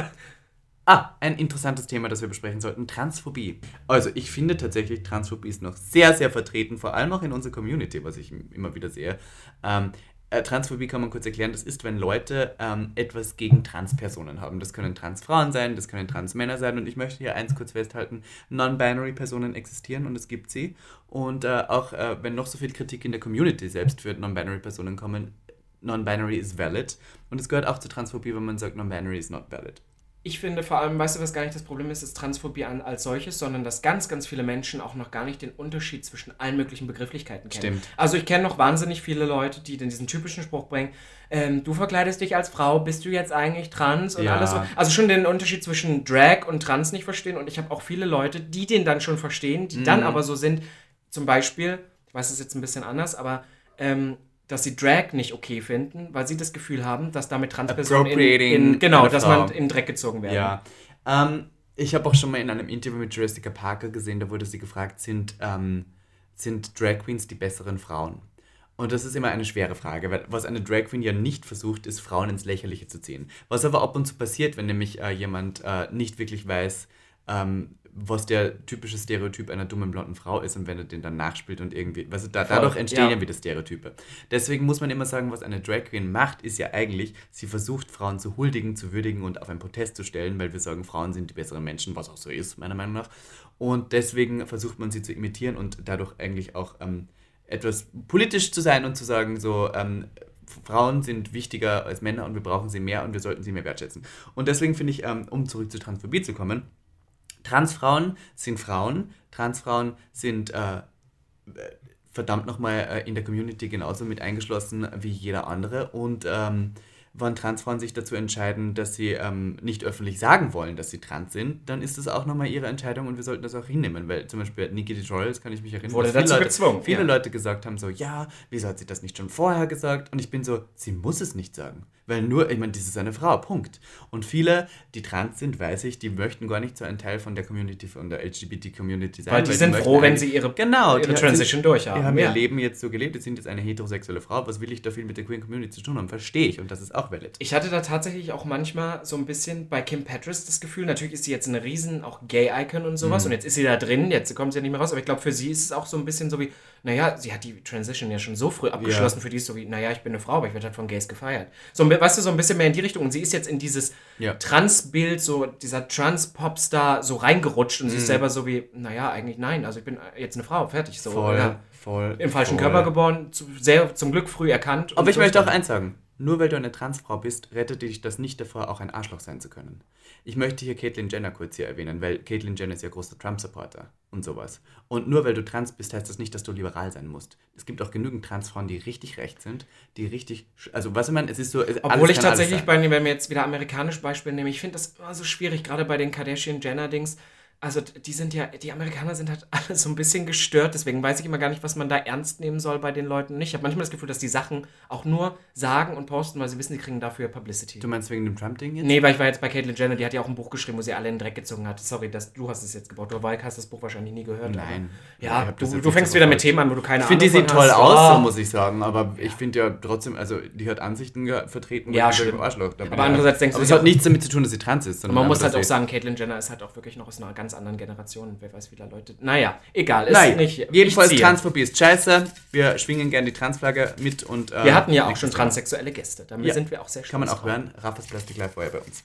S2: Ah, ein interessantes Thema, das wir besprechen sollten. Transphobie. Also ich finde tatsächlich, Transphobie ist noch sehr, sehr vertreten, vor allem auch in unserer Community, was ich immer wieder sehe. Ähm, äh, Transphobie kann man kurz erklären, das ist, wenn Leute ähm, etwas gegen Transpersonen haben. Das können Transfrauen sein, das können Transmänner sein und ich möchte hier eins kurz festhalten, Non-Binary-Personen existieren und es gibt sie. Und äh, auch äh, wenn noch so viel Kritik in der Community selbst für Non-Binary-Personen kommen, Non-Binary is valid. Und es gehört auch zur Transphobie, wenn man sagt, Non-Binary is not valid.
S1: Ich finde vor allem, weißt du, was gar nicht das Problem ist, ist Transphobie an, als solches, sondern dass ganz, ganz viele Menschen auch noch gar nicht den Unterschied zwischen allen möglichen Begrifflichkeiten kennen.
S2: Stimmt.
S1: Also ich kenne noch wahnsinnig viele Leute, die dann diesen typischen Spruch bringen, ähm, du verkleidest dich als Frau, bist du jetzt eigentlich trans und
S2: ja.
S1: alles so. Also schon den Unterschied zwischen Drag und Trans nicht verstehen und ich habe auch viele Leute, die den dann schon verstehen, die mhm. dann aber so sind, zum Beispiel, ich weiß es jetzt ein bisschen anders, aber ähm, dass sie Drag nicht okay finden, weil sie das Gefühl haben, dass damit Transpersonen in, in, genau, dass man in den Dreck gezogen werden.
S2: Ja. Ähm, ich habe auch schon mal in einem Interview mit Jessica Parker gesehen, da wurde sie gefragt, sind, ähm, sind Drag Queens die besseren Frauen? Und das ist immer eine schwere Frage, weil was eine Drag Queen ja nicht versucht, ist, Frauen ins Lächerliche zu ziehen. Was aber ab und zu passiert, wenn nämlich äh, jemand äh, nicht wirklich weiß, ähm, was der typische Stereotyp einer dummen blonden Frau ist und wenn er den dann nachspielt und irgendwie, also da, dadurch entstehen ja. ja wieder Stereotype. Deswegen muss man immer sagen, was eine Drag Queen macht, ist ja eigentlich, sie versucht Frauen zu huldigen, zu würdigen und auf einen Protest zu stellen, weil wir sagen, Frauen sind die besseren Menschen, was auch so ist, meiner Meinung nach. Und deswegen versucht man sie zu imitieren und dadurch eigentlich auch ähm, etwas politisch zu sein und zu sagen, so, ähm, Frauen sind wichtiger als Männer und wir brauchen sie mehr und wir sollten sie mehr wertschätzen. Und deswegen finde ich, ähm, um zurück zur Transphobie zu kommen, Transfrauen sind Frauen, Transfrauen sind äh, verdammt nochmal äh, in der Community genauso mit eingeschlossen wie jeder andere und ähm, wenn Transfrauen sich dazu entscheiden, dass sie ähm, nicht öffentlich sagen wollen, dass sie trans sind, dann ist das auch nochmal ihre Entscheidung und wir sollten das auch hinnehmen, weil zum Beispiel Nikki Tutorials, kann ich mich erinnern,
S1: wurde
S2: dass viele,
S1: dazu
S2: Leute,
S1: gezwungen,
S2: viele
S1: ja.
S2: Leute gesagt haben so, ja, wieso hat sie das nicht schon vorher gesagt? Und ich bin so, sie muss es nicht sagen, weil nur, ich meine, das ist eine Frau, Punkt. Und viele, die trans sind, weiß ich, die möchten gar nicht so ein Teil von der Community, von der L G B T-Community sein.
S1: Weil die weil sind froh, wenn sie ihre,
S2: genau,
S1: ihre Transition
S2: sind,
S1: durchhaben.
S2: Die haben
S1: ja.
S2: ihr Leben jetzt so gelebt, die sind jetzt eine heterosexuelle Frau, was will ich da viel mit der Queer Community zu tun haben? Verstehe ich und das ist auch valid.
S1: Ich hatte da tatsächlich auch manchmal so ein bisschen bei Kim Petras das Gefühl, natürlich ist sie jetzt eine riesen auch Gay-Icon und sowas mhm. und jetzt ist sie da drin, jetzt kommt sie ja nicht mehr raus, aber ich glaube für sie ist es auch so ein bisschen so wie, naja, sie hat die Transition ja schon so früh abgeschlossen, ja. für die ist so wie, naja, ich bin eine Frau, aber ich werde halt von Gays gefeiert. So, weißt du, so ein bisschen mehr in die Richtung und sie ist jetzt in dieses ja. Trans-Bild, so dieser Trans-Popstar so reingerutscht und mhm. sie ist selber so wie, naja, eigentlich nein, also ich bin jetzt eine Frau, fertig. So,
S2: voll,
S1: ja.
S2: voll.
S1: Im falschen
S2: voll.
S1: Körper geboren, zu, sehr zum Glück früh erkannt.
S2: Aber ich möchte auch eins sagen. Nur weil du eine Transfrau bist, rettet dich das nicht davor, auch ein Arschloch sein zu können. Ich möchte hier Caitlyn Jenner kurz hier erwähnen, weil Caitlyn Jenner ist ja großer Trump-Supporter und sowas. Und nur weil du trans bist, heißt das nicht, dass du liberal sein musst. Es gibt auch genügend Transfrauen, die richtig recht sind, die richtig, also was ich meine, es ist so, alles
S1: Obwohl ich tatsächlich, bei, wenn wir jetzt wieder amerikanisch Beispiel nehmen, ich finde das immer so schwierig, gerade bei den Kardashian-Jenner-Dings. Also die sind ja, die Amerikaner sind halt alle so ein bisschen gestört, deswegen weiß ich immer gar nicht, was man da ernst nehmen soll bei den Leuten nicht. Ich habe manchmal das Gefühl, dass die Sachen auch nur sagen und posten, weil sie wissen, die kriegen dafür Publicity.
S2: Du meinst wegen dem Trump-Ding jetzt?
S1: Nee, weil ich war jetzt bei Caitlyn Jenner, die hat ja auch ein Buch geschrieben, wo sie alle in den Dreck gezogen hat. Sorry, dass, du hast es jetzt gebaut. Du hast das Buch wahrscheinlich nie gehört.
S2: Nein.
S1: Ja, du, du fängst wieder mit Themen an, wo du keine
S2: ich Ahnung
S1: hast.
S2: Ich finde, die sieht toll hast. aus, oh. so muss ich sagen, aber ich finde ja trotzdem, also die hat Ansichten vertreten.
S1: Ja, stimmt.
S2: Arschloch.
S1: Aber andererseits denkst
S2: aber
S1: du...
S2: es hat nichts damit zu tun, dass sie trans ist.
S1: Und man muss halt auch sagen, Caitlyn Jenner ist halt auch wirklich noch aus einer ganz ganz anderen Generationen. Wer weiß, wie viele Leute... Naja, egal. Ist
S2: Nein,
S1: nicht,
S2: jedenfalls Transphobie ist scheiße. Wir schwingen gerne die Transflagge mit und... Äh,
S1: wir hatten ja auch schon transsexuelle Gäste. Damit ja. sind wir auch sehr stolz.
S2: Kann man auch drauf. hören. Raffas Plastik Live war ja bei uns.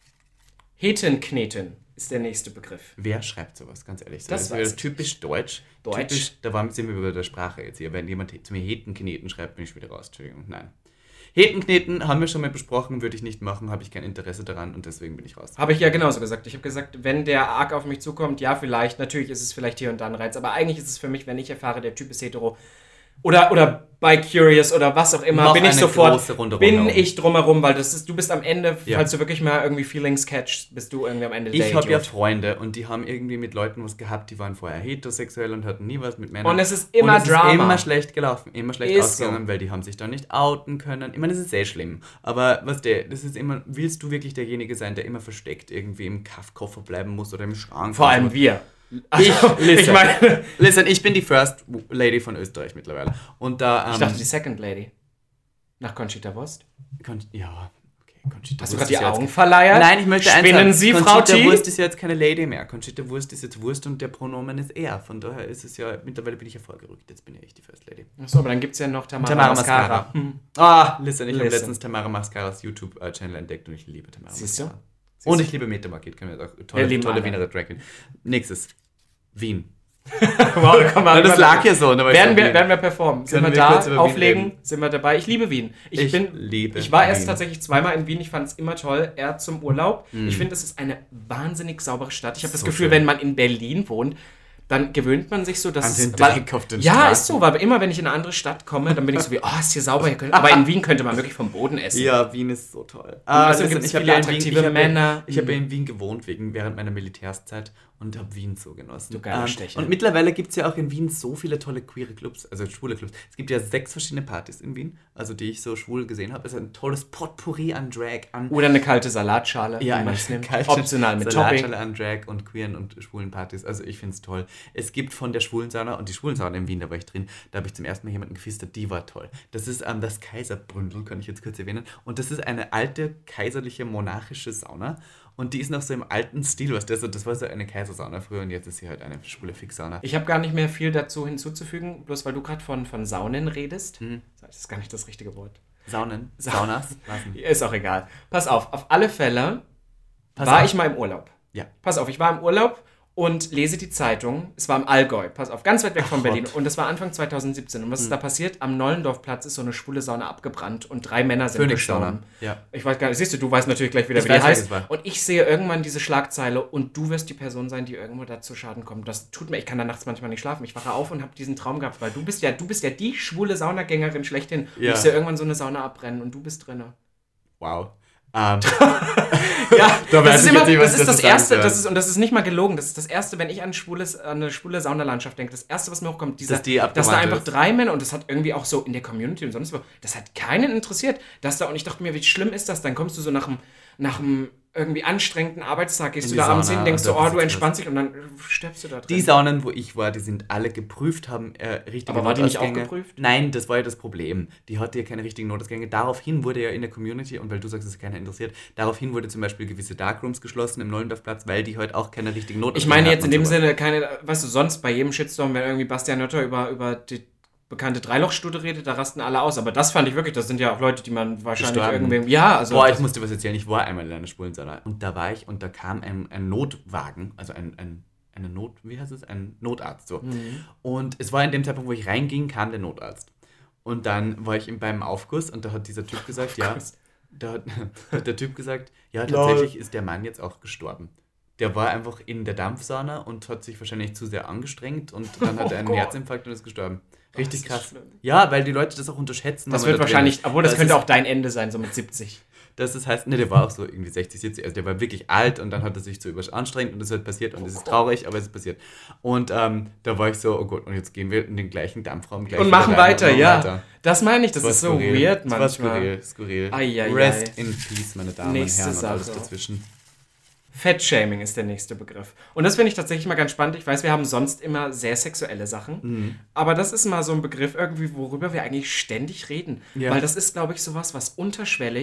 S1: Hetenkneten ist der nächste Begriff.
S2: Wer schreibt sowas, ganz ehrlich?
S1: Das,
S2: das ist typisch deutsch.
S1: Deutsch.
S2: Typisch, da waren, sind wir bei der Sprache jetzt hier. Wenn jemand zu mir Hetenkneten schreibt, bin ich wieder raus. Entschuldigung, nein. Hetenkneten haben wir schon mal besprochen, würde ich nicht machen, habe ich kein Interesse daran und deswegen bin ich raus.
S1: Habe ich ja genauso gesagt. Ich habe gesagt, wenn der arg auf mich zukommt, ja vielleicht, natürlich ist es vielleicht hier und da ein Reiz, aber eigentlich ist es für mich, wenn ich erfahre, der Typ ist hetero oder, oder bi-curious oder was auch immer,
S2: Noch
S1: bin ich
S2: eine
S1: sofort,
S2: große Runde
S1: bin
S2: rundherum.
S1: ich drumherum, weil das ist, du bist am Ende,
S2: Ja.
S1: falls du wirklich mal irgendwie Feelings catchst, bist du irgendwie am Ende der
S2: Ich habe ja
S1: Idiot.
S2: Freunde und die haben irgendwie mit Leuten was gehabt, die waren vorher heterosexuell und hatten nie was mit Männern.
S1: Und es ist immer
S2: und es
S1: Drama.
S2: ist immer schlecht gelaufen, immer schlecht
S1: Ist
S2: ausgegangen,
S1: so.
S2: weil die haben sich da nicht outen können. Ich meine, das ist sehr schlimm. Aber was der, das ist immer, willst du wirklich derjenige sein, der immer versteckt irgendwie im Koffer bleiben muss oder im Schrank?
S1: Vor allem
S2: so?
S1: wir.
S2: Ich,
S1: Also,
S2: listen,
S1: ich meine,
S2: listen, ich bin die First Lady von Österreich mittlerweile. Und da, ähm,
S1: ich dachte die Second Lady. Nach Conchita Wurst.
S2: Con- ja, okay, Conchita
S1: Hast du
S2: Wurst
S1: gerade die
S2: ist ja jetzt
S1: Augen verleiert?
S2: Nein, ich möchte eins
S1: Spinnen
S2: sagen.
S1: Sie,
S2: Conchita
S1: Frau T?
S2: Wurst ist ja jetzt keine Lady mehr. Conchita Wurst ist jetzt Wurst und der Pronomen ist er. Von daher ist es ja, mittlerweile bin ich ja vorgerückt. Jetzt bin ja ich die First Lady.
S1: Achso, aber dann gibt es ja noch Tamara,
S2: Tamara
S1: Mascara.
S2: Mascara.
S1: Hm.
S2: Ah, listen, ich habe
S1: Listen.
S2: letztens Tamara Mascaras YouTube-Channel entdeckt und ich liebe Tamara
S1: Siehst du?
S2: Mascara. Und ich liebe Metamarket, können wir auch
S1: Wir
S2: tolle,
S1: lieben
S2: tolle
S1: alle.
S2: Wiener Drag Queen. Nächstes. Wien.
S1: Wow, da kann man
S2: Das lag ja so. Ne,
S1: werden, wir, werden wir performen? Sind
S2: Können
S1: wir
S2: wir kurz
S1: da?
S2: über Wien
S1: Auflegen?
S2: reden?
S1: Sind wir dabei? Ich liebe Wien. Ich,
S2: Ich
S1: bin,
S2: liebe
S1: Ich war erst
S2: Wien.
S1: tatsächlich zweimal in Wien. Ich fand es immer toll. Er zum Urlaub.
S2: Mm.
S1: Ich finde, es ist eine wahnsinnig saubere Stadt. Ich habe das
S2: So
S1: Gefühl,
S2: schön.
S1: wenn man in Berlin wohnt, dann gewöhnt man sich so, dass
S2: An
S1: es...
S2: den
S1: weil-
S2: Dreck auf den
S1: Ja,
S2: Straßen.
S1: ist so. Weil immer, wenn ich in eine andere Stadt komme, dann bin ich so wie, oh, ist hier sauber. Hier könnte, aber in Wien könnte man wirklich vom Boden essen.
S2: Ja, Wien ist so toll.
S1: Ah,
S2: listen,
S1: gibt's
S2: hab
S1: viele
S2: ja in Wien-
S1: attraktive
S2: ich hab
S1: Männer.
S2: Ja, ich habe
S1: Mhm.
S2: ja in Wien gewohnt wegen, während meiner Militärszeit und habe Wien so genossen.
S1: Du geiler Stecher.
S2: Und mittlerweile gibt es ja auch in Wien so viele tolle queere Clubs, also schwule Clubs. Es gibt ja sechs verschiedene Partys in Wien, also die ich so schwul gesehen habe. Es ist ein tolles Potpourri an Drag, an
S1: Oder eine kalte Salatschale,
S2: ja,
S1: wie man
S2: eine
S1: es nimmt.
S2: kalte
S1: Optional mit Topping.
S2: Salatschale an Drag und queeren und schwulen Partys. Also ich finde es toll. Es gibt von der schwulen Sauna, und die schwulen Sauna in Wien, da war ich drin, da habe ich zum ersten Mal jemanden gefistet, die war toll. Das ist ähm, das Kaiserbründel, kann ich jetzt kurz erwähnen. Und das ist eine alte, kaiserliche, monarchische Sauna. Und die ist noch so im alten Stil, was das, das war so eine Kaisersauna früher und jetzt ist sie halt eine schwule Fixsauna.
S1: Ich habe gar nicht mehr viel dazu hinzuzufügen, bloß weil du gerade von, von Saunen redest.
S2: Mhm.
S1: Das ist gar nicht das richtige Wort.
S2: Saunen,
S1: Sa-
S2: Saunas, was denn?
S1: Ist auch egal. Pass auf, auf alle Fälle
S2: Pass
S1: war
S2: auf.
S1: ich mal im Urlaub.
S2: Ja.
S1: Pass auf, ich war im Urlaub und lese die Zeitung. Es war im Allgäu, pass auf, ganz weit weg
S2: Ach
S1: von Berlin.
S2: Gott.
S1: Und das war Anfang zweitausendsiebzehn. Und was ist
S2: Mhm.
S1: da passiert? Am Nollendorfplatz ist so eine schwule Sauna abgebrannt und drei Männer sind
S2: Phoenix-Sauna.
S1: gestorben.
S2: Ja.
S1: Ich weiß gar nicht, siehst du, du weißt natürlich gleich wieder,
S2: Ich
S1: wie die
S2: weiß,
S1: heißt.
S2: welches war.
S1: Und ich sehe irgendwann diese Schlagzeile und du wirst die Person sein, die irgendwo da zu Schaden kommt. Das tut mir, ich kann da nachts manchmal nicht schlafen. Ich wache auf und habe diesen Traum gehabt, weil du bist ja, du bist ja die schwule Saunagängerin schlechthin. Und
S2: Ja.
S1: ich sehe irgendwann so eine Sauna abbrennen und du bist drin.
S2: Wow. Ähm,
S1: Ja,
S2: Da weiß
S1: das ist
S2: ich
S1: immer,
S2: jetzt nicht, was
S1: das ist
S2: ich
S1: das
S2: dazu
S1: Erste,
S2: sagen
S1: das
S2: soll.
S1: ist, und das ist nicht mal gelogen, das ist das Erste, wenn ich an, schwules, an eine schwule Saunalandschaft denke, das Erste, was mir hochkommt, dieser,
S2: Dass die
S1: dass da
S2: abgebrannt
S1: einfach
S2: ist.
S1: drei Männer, und das hat irgendwie auch so in der Community und sonst wo, das hat keinen interessiert, dass da, und ich dachte mir, wie schlimm ist das, dann kommst du so nach einem, nach einem irgendwie anstrengenden Arbeitstag, gehst
S2: In
S1: du
S2: die
S1: da abends
S2: Sauna
S1: hin, denkst
S2: und
S1: du,
S2: da
S1: oh,
S2: bist
S1: du
S2: du
S1: entspannst dich und dann stirbst du da drin.
S2: Die Saunen, wo ich war, die sind alle geprüft, haben äh, richtige
S1: Aber war die nicht auch
S2: Notausgänge.
S1: geprüft?
S2: Nein, das war ja das Problem. Die hatte ja keine richtigen Notausgänge. Daraufhin wurde ja in der Community, und weil du sagst, dass es keiner interessiert, daraufhin wurde zum Beispiel gewisse Darkrooms geschlossen im Nollendorfplatz, weil die halt auch keine richtigen Notausgänge
S1: Ich meine jetzt
S2: hatten
S1: in
S2: und
S1: dem
S2: sowas.
S1: Sinne keine, weißt du, sonst bei jedem Shitstorm, wenn irgendwie Bastian Nötter über, über die bekannte Dreilochstudie redet, da rasten alle aus. Aber das fand ich wirklich, das sind ja auch Leute, die man wahrscheinlich
S2: Gestorben.
S1: irgendwem... Ja, also...
S2: Boah, ich
S1: das-
S2: musste was erzählen. Ich war einmal in einer Schwulensauna und da war ich und da kam ein, ein Notwagen, also ein, ein eine Not, wie heißt es? Ein Notarzt so.
S1: Mhm.
S2: Und es war in dem Zeitpunkt, wo ich reinging, kam der Notarzt. Und dann war ich ihm beim Aufguss und da hat dieser Typ gesagt, ja, da hat, hat der Typ gesagt, ja, tatsächlich ist der Mann jetzt auch gestorben. Der war einfach in der Dampfsauna und hat sich wahrscheinlich zu sehr angestrengt und dann hat er einen
S1: Oh Gott.
S2: Herzinfarkt und ist gestorben. Richtig
S1: Das ist
S2: krass.
S1: schlimm.
S2: Ja, weil die Leute das auch unterschätzen.
S1: Das
S2: wenn man
S1: wird
S2: da drin
S1: wahrscheinlich,
S2: ist.
S1: obwohl das,
S2: Das
S1: könnte
S2: ist-
S1: auch dein Ende sein, so mit siebzig.
S2: Das ist, heißt, ne, der war auch so irgendwie sechzig, siebzig, also der war wirklich alt und dann hat er sich so überanstrengt und das ist halt passiert und es ist traurig, aber es ist passiert. Und ähm, da war ich so, oh Gott, und jetzt gehen wir in den gleichen Dampfraum gleich
S1: Und
S2: wieder
S1: machen
S2: rein
S1: weiter,
S2: machen
S1: ja.
S2: weiter.
S1: Das meine ich, das
S2: war
S1: ist so
S2: skurril.
S1: weird
S2: Das war
S1: manchmal.
S2: skurril, skurril.
S1: Ai, ai,
S2: Rest
S1: ai.
S2: in peace, meine Damen
S1: Nächste
S2: und Herren und alles
S1: Sache.
S2: dazwischen.
S1: Fettshaming ist der nächste Begriff. Und das finde ich tatsächlich mal ganz spannend. Ich weiß, wir haben sonst immer sehr sexuelle Sachen.
S2: Mhm.
S1: Aber das ist mal so ein Begriff irgendwie, worüber wir eigentlich ständig reden.
S2: Ja.
S1: Weil das ist, glaube ich, sowas, was unterschwellig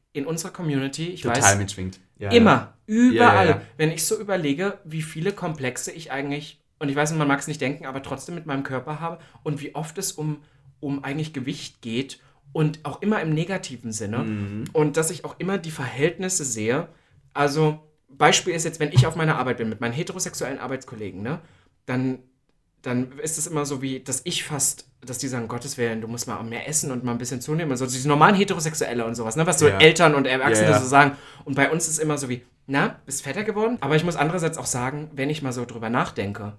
S1: in unserer Community, ich
S2: Total
S1: weiß,
S2: mitschwingt. Ja,
S1: immer,
S2: ja.
S1: überall.
S2: Ja, ja, ja.
S1: Wenn ich so überlege, wie viele Komplexe ich eigentlich, und ich weiß, man mag es nicht denken, aber trotzdem mit meinem Körper habe und wie oft es um, um eigentlich Gewicht geht und auch immer im negativen Sinne. Mhm. Und dass ich auch immer die Verhältnisse sehe. Also, Beispiel ist jetzt, wenn ich auf meiner Arbeit bin mit meinen heterosexuellen Arbeitskollegen, ne, dann, dann ist es immer so wie, dass ich fast, dass die sagen, Gottes Willen, du musst mal mehr essen und mal ein bisschen zunehmen. Also diese normalen Heterosexuelle und sowas, ne, was so ja. Eltern und Erwachsene ja, ja. so sagen. Und bei uns ist immer so wie, na, bist fetter geworden? Aber ich muss andererseits auch sagen, wenn ich mal so drüber nachdenke,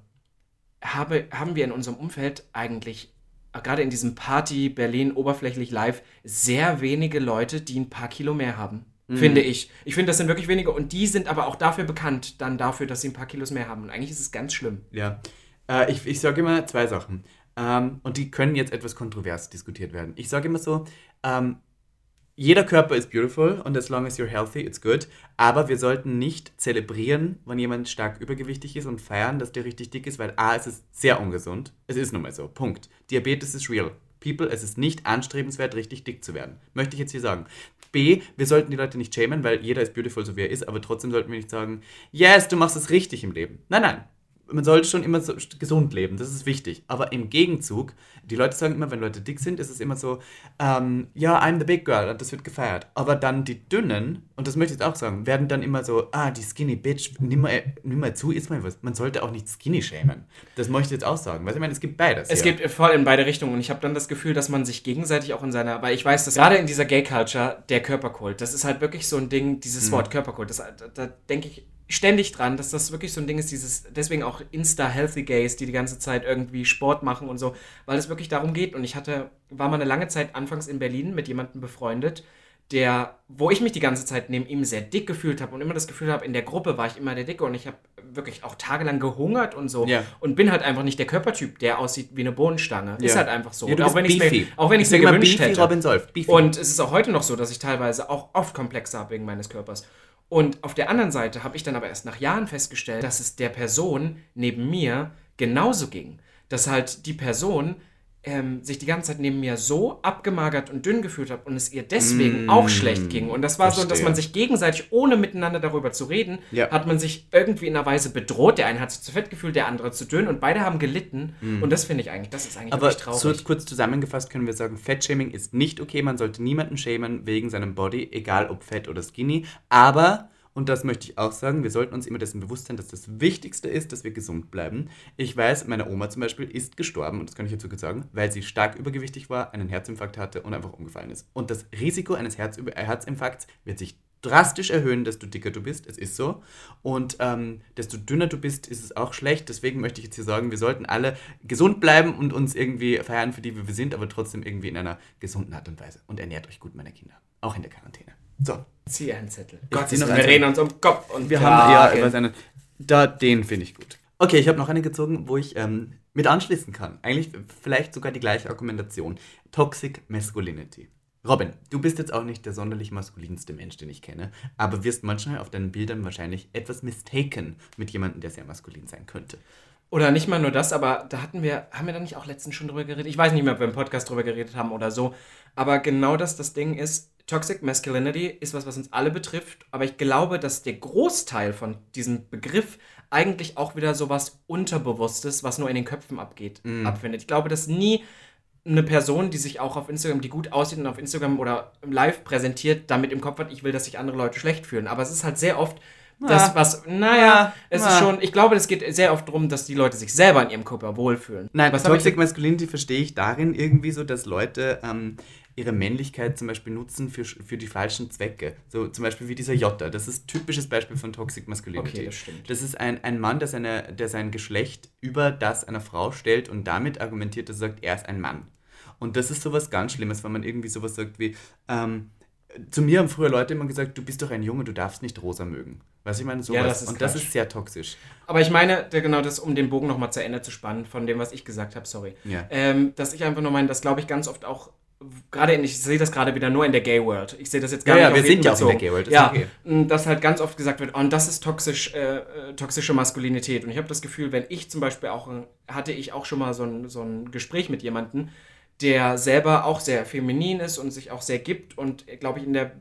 S1: habe, haben wir in unserem Umfeld eigentlich, gerade in diesem Party Berlin oberflächlich live, sehr wenige Leute, die ein paar Kilo mehr haben. Mhm. Finde ich. Ich finde, das sind wirklich wenige und die sind aber auch dafür bekannt, dann dafür, dass sie ein paar Kilos mehr haben. Und eigentlich ist es ganz schlimm.
S2: Ja, äh, ich, ich sage immer zwei Sachen. Ähm, und die können jetzt etwas kontrovers diskutiert werden. Ich sage immer so, ähm, jeder Körper ist beautiful und as long as you're healthy, it's good. Aber wir sollten nicht zelebrieren, wenn jemand stark übergewichtig ist und feiern, dass der richtig dick ist, weil A, es ist sehr ungesund. Es ist nun mal so. Punkt. Diabetes ist real. People, es ist nicht anstrebenswert, richtig dick zu werden. Möchte ich jetzt hier sagen. B, wir sollten die Leute nicht schämen, weil jeder ist beautiful, so wie er ist, aber trotzdem sollten wir nicht sagen, yes, du machst es richtig im Leben. Nein, nein. Man sollte schon immer so gesund leben, das ist wichtig. Aber im Gegenzug, die Leute sagen immer, wenn Leute dick sind, ist es immer so, ähm, ja, I'm the big girl, und das wird gefeiert. Aber dann die Dünnen, und das möchte ich jetzt auch sagen, werden dann immer so, ah, die skinny bitch, nimm mal, nimm mal zu, isst mal was. Man sollte auch nicht skinny schämen. Das möchte ich jetzt auch sagen. Weil ich meine, es gibt beides.
S1: Es ja. gibt voll in beide Richtungen. Und ich habe dann das Gefühl, dass man sich gegenseitig auch in seiner, weil ich weiß, dass gerade in dieser Gay-Culture, der Körperkult, das ist halt wirklich so ein Ding, dieses mhm. Wort Körperkult, das, da, da denke ich ständig dran, dass das wirklich so ein Ding ist, dieses, deswegen auch Insta-Healthy-Gays, die die ganze Zeit irgendwie Sport machen und so, weil es wirklich darum geht. Und ich hatte, war mal eine lange Zeit anfangs in Berlin mit jemandem befreundet, der, wo ich mich die ganze Zeit neben ihm sehr dick gefühlt habe und immer das Gefühl habe, in der Gruppe war ich immer der Dicke und ich habe wirklich auch tagelang gehungert und so ja. und bin halt einfach nicht der Körpertyp, der aussieht wie eine Bohnenstange. Ja. Ist halt einfach so.
S2: Ja,
S1: auch wenn ich es mir, auch wenn ich mir gewünscht hätte.
S2: Robin Solf. Beefy.
S1: Und es ist auch heute noch so, dass ich teilweise auch oft Komplexe habe wegen meines Körpers. Und auf der anderen Seite habe ich dann aber erst nach Jahren festgestellt, dass es der Person neben mir genauso ging. Dass halt die Person ähm, sich die ganze Zeit neben mir so abgemagert und dünn gefühlt hat und es ihr deswegen mm, auch schlecht ging. Und das war verstehe. so, dass man sich gegenseitig, ohne miteinander darüber zu reden, ja. hat man sich irgendwie in einer Weise bedroht. Der eine hat sich zu fett gefühlt, der andere zu dünn und beide haben gelitten. Mm. Und das finde ich eigentlich, das ist eigentlich
S2: aber
S1: wirklich traurig.
S2: Aber so kurz zusammengefasst können wir sagen, Fettshaming ist nicht okay. Man sollte niemanden schämen wegen seinem Body, egal ob fett oder skinny. Aber... Und das möchte ich auch sagen, wir sollten uns immer dessen bewusst sein, dass das Wichtigste ist, dass wir gesund bleiben. Ich weiß, meine Oma zum Beispiel ist gestorben, und das kann ich jetzt sogar sagen, weil sie stark übergewichtig war, einen Herzinfarkt hatte und einfach umgefallen ist. Und das Risiko eines Herzüber- äh, Herzinfarkts wird sich drastisch erhöhen, desto dicker du bist, es ist so. Und ähm, desto dünner du bist, ist es auch schlecht. Deswegen möchte ich jetzt hier sagen, wir sollten alle gesund bleiben und uns irgendwie feiern, für die wir sind, aber trotzdem irgendwie in einer gesunden Art und Weise. Und ernährt euch gut, meine Kinder. Auch in der Quarantäne. So.
S1: Zieh einen Zettel.
S2: Gott,
S1: wir reden uns um Kopf und
S2: wir haben ja über seine. Da, den finde ich gut. Okay, ich habe noch einen gezogen, wo ich ähm, mit anschließen kann. Eigentlich vielleicht sogar die gleiche Argumentation. Toxic Masculinity. Robin, du bist jetzt auch nicht der sonderlich maskulinste Mensch, den ich kenne, aber wirst manchmal auf deinen Bildern wahrscheinlich etwas mistaken mit jemandem, der sehr maskulin sein könnte.
S1: Oder nicht mal nur das, aber da hatten wir, haben wir da nicht auch letztens schon drüber geredet? Ich weiß nicht mehr, ob wir im Podcast drüber geredet haben oder so, aber genau das das Ding ist, Toxic Masculinity ist was, was uns alle betrifft, aber ich glaube, dass der Großteil von diesem Begriff eigentlich auch wieder so was Unterbewusstes, was nur in den Köpfen abgeht, mm. abfindet. Ich glaube, dass nie eine Person, die sich auch auf Instagram, die gut aussieht und auf Instagram oder live präsentiert, damit im Kopf hat, ich will, dass sich andere Leute schlecht fühlen. Aber es ist halt sehr oft das, was, naja, es ist schon, ich glaube, es geht sehr oft darum, dass die Leute sich selber in ihrem Körper wohlfühlen.
S2: Nein,
S1: was
S2: Toxic Masculinity verstehe ich darin irgendwie so, dass Leute ähm, ihre Männlichkeit zum Beispiel nutzen für, für die falschen Zwecke. So zum Beispiel wie dieser Jota. Das ist ein typisches Beispiel von Toxic Masculinity.
S1: Okay, das stimmt.
S2: Das ist ein, ein Mann, der, seine, der sein Geschlecht über das einer Frau stellt und damit argumentiert, dass er sagt, er ist ein Mann. Und das ist sowas ganz Schlimmes, wenn man irgendwie sowas sagt wie, ähm, zu mir haben früher Leute immer gesagt, du bist doch ein Junge, du darfst nicht rosa mögen. Weißt du, ich meine, sowas.
S1: Ja, das ist
S2: und
S1: Quatsch.
S2: Das ist sehr toxisch.
S1: Aber ich meine, genau das, um den Bogen nochmal zu Ende zu spannen, von dem, was ich gesagt habe, sorry.
S2: Ja.
S1: Ähm, dass ich einfach nur meine, das glaube ich ganz oft auch, gerade in, ich sehe das gerade wieder nur in der Gay World. Ich sehe das jetzt gar
S2: ja,
S1: nicht.
S2: Ja, wir sind ja auch in der Gay World.
S1: Ja, okay. Dass halt ganz oft gesagt wird, oh, und das ist toxisch, äh, toxische Maskulinität. Und ich habe das Gefühl, wenn ich zum Beispiel auch, hatte ich auch schon mal so ein, so ein Gespräch mit jemandem, der selber auch sehr feminin ist und sich auch sehr gibt und, glaube ich, in der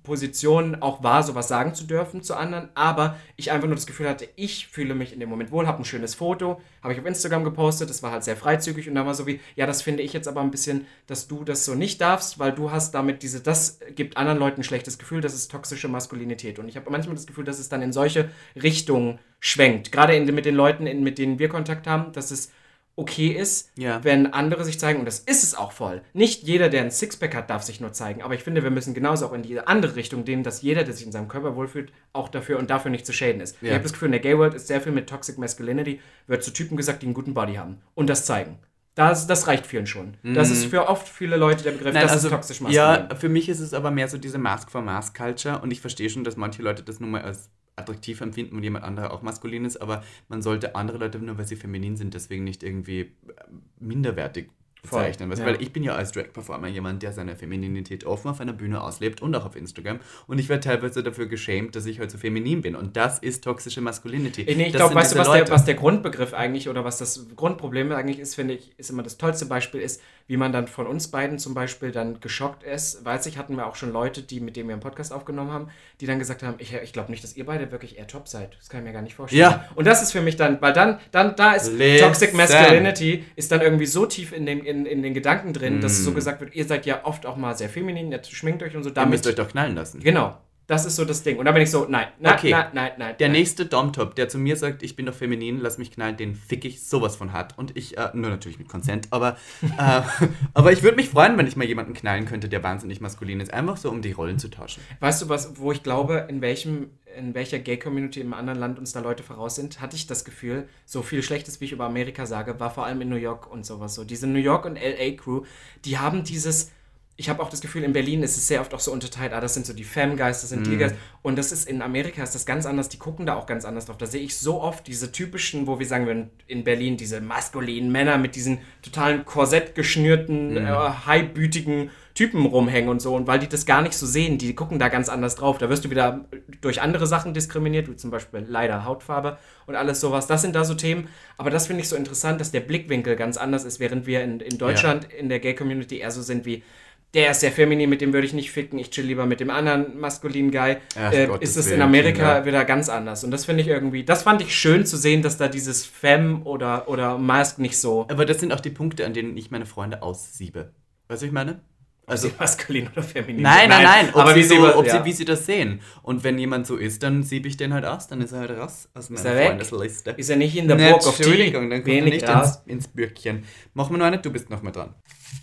S1: Position auch war, sowas sagen zu dürfen zu anderen, aber ich einfach nur das Gefühl hatte, ich fühle mich in dem Moment wohl, habe ein schönes Foto, habe ich auf Instagram gepostet, das war halt sehr freizügig und da war so wie, ja, das finde ich jetzt aber ein bisschen, dass du das so nicht darfst, weil du hast damit diese, das gibt anderen Leuten ein schlechtes Gefühl, das ist toxische Maskulinität und ich habe manchmal das Gefühl, dass es dann in solche Richtungen schwenkt, gerade in, mit den Leuten, in, mit denen wir Kontakt haben, dass es okay ist, ja. wenn andere sich zeigen, und das ist es auch voll. Nicht jeder, der ein Sixpack hat, darf sich nur zeigen, aber ich finde, wir müssen genauso auch in die andere Richtung gehen, dass jeder, der sich in seinem Körper wohlfühlt, auch dafür und dafür nicht zu schäden ist. Ja. Ich habe das Gefühl, in der Gay World ist sehr viel mit Toxic Masculinity, wird zu Typen gesagt, die einen guten Body haben und das zeigen. Das, das reicht vielen schon. Mhm. Das ist für oft viele Leute der Begriff,
S2: Nein,
S1: das
S2: also,
S1: ist toxisch maskulin.
S2: Ja, für mich ist es aber mehr so diese Mask-for-Mask-Culture und ich verstehe schon, dass manche Leute das nun mal als attraktiv empfinden und jemand anderer auch maskulin ist, aber man sollte andere Leute, nur weil sie feminin sind, deswegen nicht irgendwie minderwertig bezeichnen. Voll, ja. Weil ich bin ja als Drag-Performer jemand, der seine Femininität offen auf einer Bühne auslebt und auch auf Instagram und ich werde teilweise dafür geschämt, dass ich halt so feminin bin und das ist toxische Masculinity.
S1: Nee, ich glaube, weißt du, was der, was der Grundbegriff eigentlich oder was das Grundproblem eigentlich ist, finde ich, ist immer das tollste Beispiel ist, wie man dann von uns beiden zum Beispiel dann geschockt ist. Weiß ich, hatten wir auch schon Leute, die mit denen wir einen Podcast aufgenommen haben, die dann gesagt haben, ich, ich glaube nicht, dass ihr beide wirklich eher top seid. Das kann ich mir gar nicht vorstellen.
S2: Ja.
S1: Und das ist für mich dann, weil dann, dann da ist
S2: Listen.
S1: Toxic Masculinity ist dann irgendwie so tief in den, in, in den Gedanken drin, mm. dass so gesagt wird, ihr seid ja oft auch mal sehr feminin, ihr schminkt euch und so. Damit,
S2: ihr müsst euch doch knallen lassen.
S1: Genau. Das ist so das Ding. Und dann bin ich so, nein, nein,
S2: okay.
S1: nein, nein, nein.
S2: Der
S1: nein.
S2: nächste Dom-Top, der zu mir sagt, ich bin doch feminin, lass mich knallen, den fick ich sowas von hart. Und ich, äh, nur natürlich mit Consent, aber, äh, aber ich würde mich freuen, wenn ich mal jemanden knallen könnte, der wahnsinnig maskulin ist. Einfach so, um die Rollen zu tauschen.
S1: Weißt du was, wo ich glaube, in welchem, in welcher Gay-Community im anderen Land uns da Leute voraus sind, hatte ich das Gefühl, so viel Schlechtes, wie ich über Amerika sage, war vor allem in New York und sowas so. Diese New York und L A-Crew, die haben dieses... Ich habe auch das Gefühl, in Berlin ist es sehr oft auch so unterteilt, ah, das sind so die Femme-Guys, das sind mm. die Guys. Und das ist in Amerika ist das ganz anders, die gucken da auch ganz anders drauf. Da sehe ich so oft diese typischen, wo wir sagen würden, in Berlin, diese maskulinen Männer mit diesen totalen korsettgeschnürten, mm. äh, highbütigen Typen rumhängen und so. Und weil die das gar nicht so sehen, die gucken da ganz anders drauf. Da wirst du wieder durch andere Sachen diskriminiert, wie zum Beispiel leider Hautfarbe und alles sowas. Das sind da so Themen. Aber das finde ich so interessant, dass der Blickwinkel ganz anders ist, während wir in, in Deutschland ja. in der Gay-Community eher so sind wie der ist sehr feminin, mit dem würde ich nicht ficken, ich chill lieber mit dem anderen maskulinen Guy, äh, ist es in Amerika Kinder. wieder ganz anders. Und das finde ich irgendwie, das fand ich schön zu sehen, dass da dieses Femme oder, oder Mask nicht so...
S2: Aber das sind auch die Punkte, an denen ich meine Freunde aussiebe. Weißt du, ich meine?
S1: Also maskulin oder feminin?
S2: Nein, nein, nein. Ob,
S1: aber
S2: sie,
S1: wie,
S2: so,
S1: sie,
S2: ob
S1: ja.
S2: sie, wie sie das sehen. Und wenn jemand so ist, dann siebe ich den halt aus, dann ist er halt raus aus meiner Freundesliste.
S1: Ist er nicht in der Book of Tea?
S2: Entschuldigung, dann kommt er nicht ins, ins Bürkchen. Machen wir noch eine, du bist noch mal dran.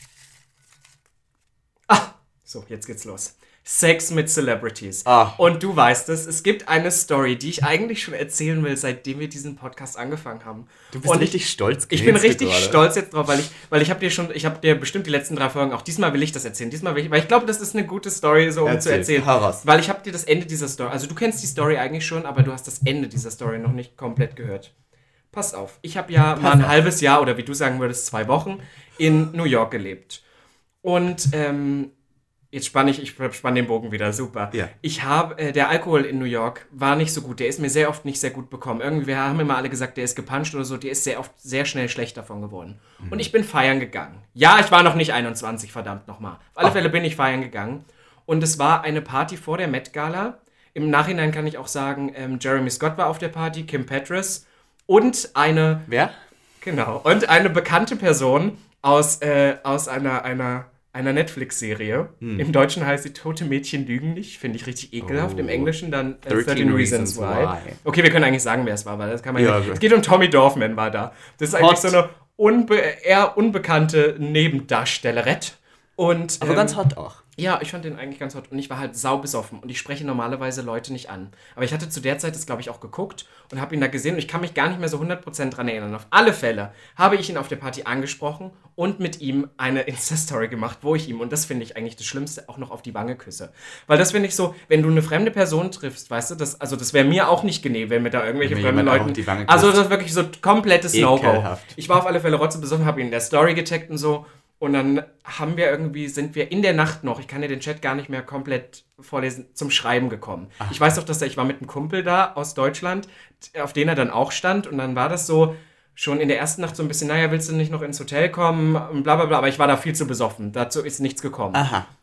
S1: So, jetzt geht's los. Sex mit Celebrities.
S2: Ah.
S1: Und du weißt es, es gibt eine Story, die ich eigentlich schon erzählen will, seitdem wir diesen Podcast angefangen haben.
S2: Du bist
S1: und
S2: richtig ich, stolz.
S1: Ich bin richtig gerade. stolz jetzt drauf, weil ich, weil ich habe dir schon, ich habe dir bestimmt die letzten drei Folgen, auch diesmal will ich das erzählen, diesmal will ich, weil ich glaube, das ist eine gute Story, so um Erzähl. zu erzählen.
S2: Heraus.
S1: Weil ich habe dir das Ende dieser Story, also du kennst die Story eigentlich schon, aber du hast das Ende dieser Story noch nicht komplett gehört. Pass auf, ich habe ja Pass mal ein auf. halbes Jahr oder wie du sagen würdest, zwei Wochen in New York gelebt. Und, ähm, Jetzt spanne ich, ich spanne den Bogen wieder, super.
S2: Ja.
S1: Ich habe, äh, der Alkohol in New York war nicht so gut, der ist mir sehr oft nicht sehr gut bekommen. Irgendwie haben immer alle gesagt, der ist gepuncht oder so, der ist sehr oft sehr schnell schlecht davon geworden. Mhm. Und ich bin feiern gegangen. Ja, ich war noch nicht einundzwanzig, verdammt nochmal. Auf alle Ach. Fälle bin ich feiern gegangen. Und es war eine Party vor der Met Gala. Im Nachhinein kann ich auch sagen, ähm, Jeremy Scott war auf der Party, Kim Petras und eine...
S2: Wer?
S1: Genau. Und eine bekannte Person aus, äh, aus einer... einer einer Netflix-Serie. Hm. Im Deutschen heißt sie Tote Mädchen lügen nicht. Finde ich richtig ekelhaft. Oh. Im Englischen dann äh, thirteen Reasons Why. why. Okay, wir können eigentlich sagen, wer es war, weil das kann man ja. ja es geht um Tommy Dorfman, war da. Das ist eigentlich Hot. so eine unbe- eher unbekannte Nebendarstellerette. Und,
S2: Aber ähm, ganz hot auch.
S1: Ja, ich fand den eigentlich ganz hot. Und ich war halt saubesoffen. Und ich spreche normalerweise Leute nicht an. Aber ich hatte zu der Zeit das, glaube ich, auch geguckt und habe ihn da gesehen. Und ich kann mich gar nicht mehr so hundert Prozent dran erinnern. Auf alle Fälle habe ich ihn auf der Party angesprochen und mit ihm eine Insta-Story gemacht, wo ich ihm, und das finde ich eigentlich das Schlimmste, auch noch auf die Wange küsse. Weil das finde ich so, wenn du eine fremde Person triffst, weißt du, das, also das wäre mir auch nicht genehm, wenn mir da irgendwelche wenn fremden Leuten...
S2: Die Wange
S1: also das ist wirklich so komplettes No-Go. Ich war auf alle Fälle rotzebesoffen, habe ihn in der Story getaggt und so. Und dann haben wir irgendwie, sind wir in der Nacht noch, ich kann dir den Chat gar nicht mehr komplett vorlesen, zum Schreiben gekommen. Ach. Ich weiß doch, dass er, ich war mit einem Kumpel da aus Deutschland, auf den er dann auch stand. Und dann war das so, schon in der ersten Nacht so ein bisschen, naja, willst du nicht noch ins Hotel kommen? Und bla bla bla. Aber ich war da viel zu besoffen. Dazu ist nichts gekommen.
S2: Aha.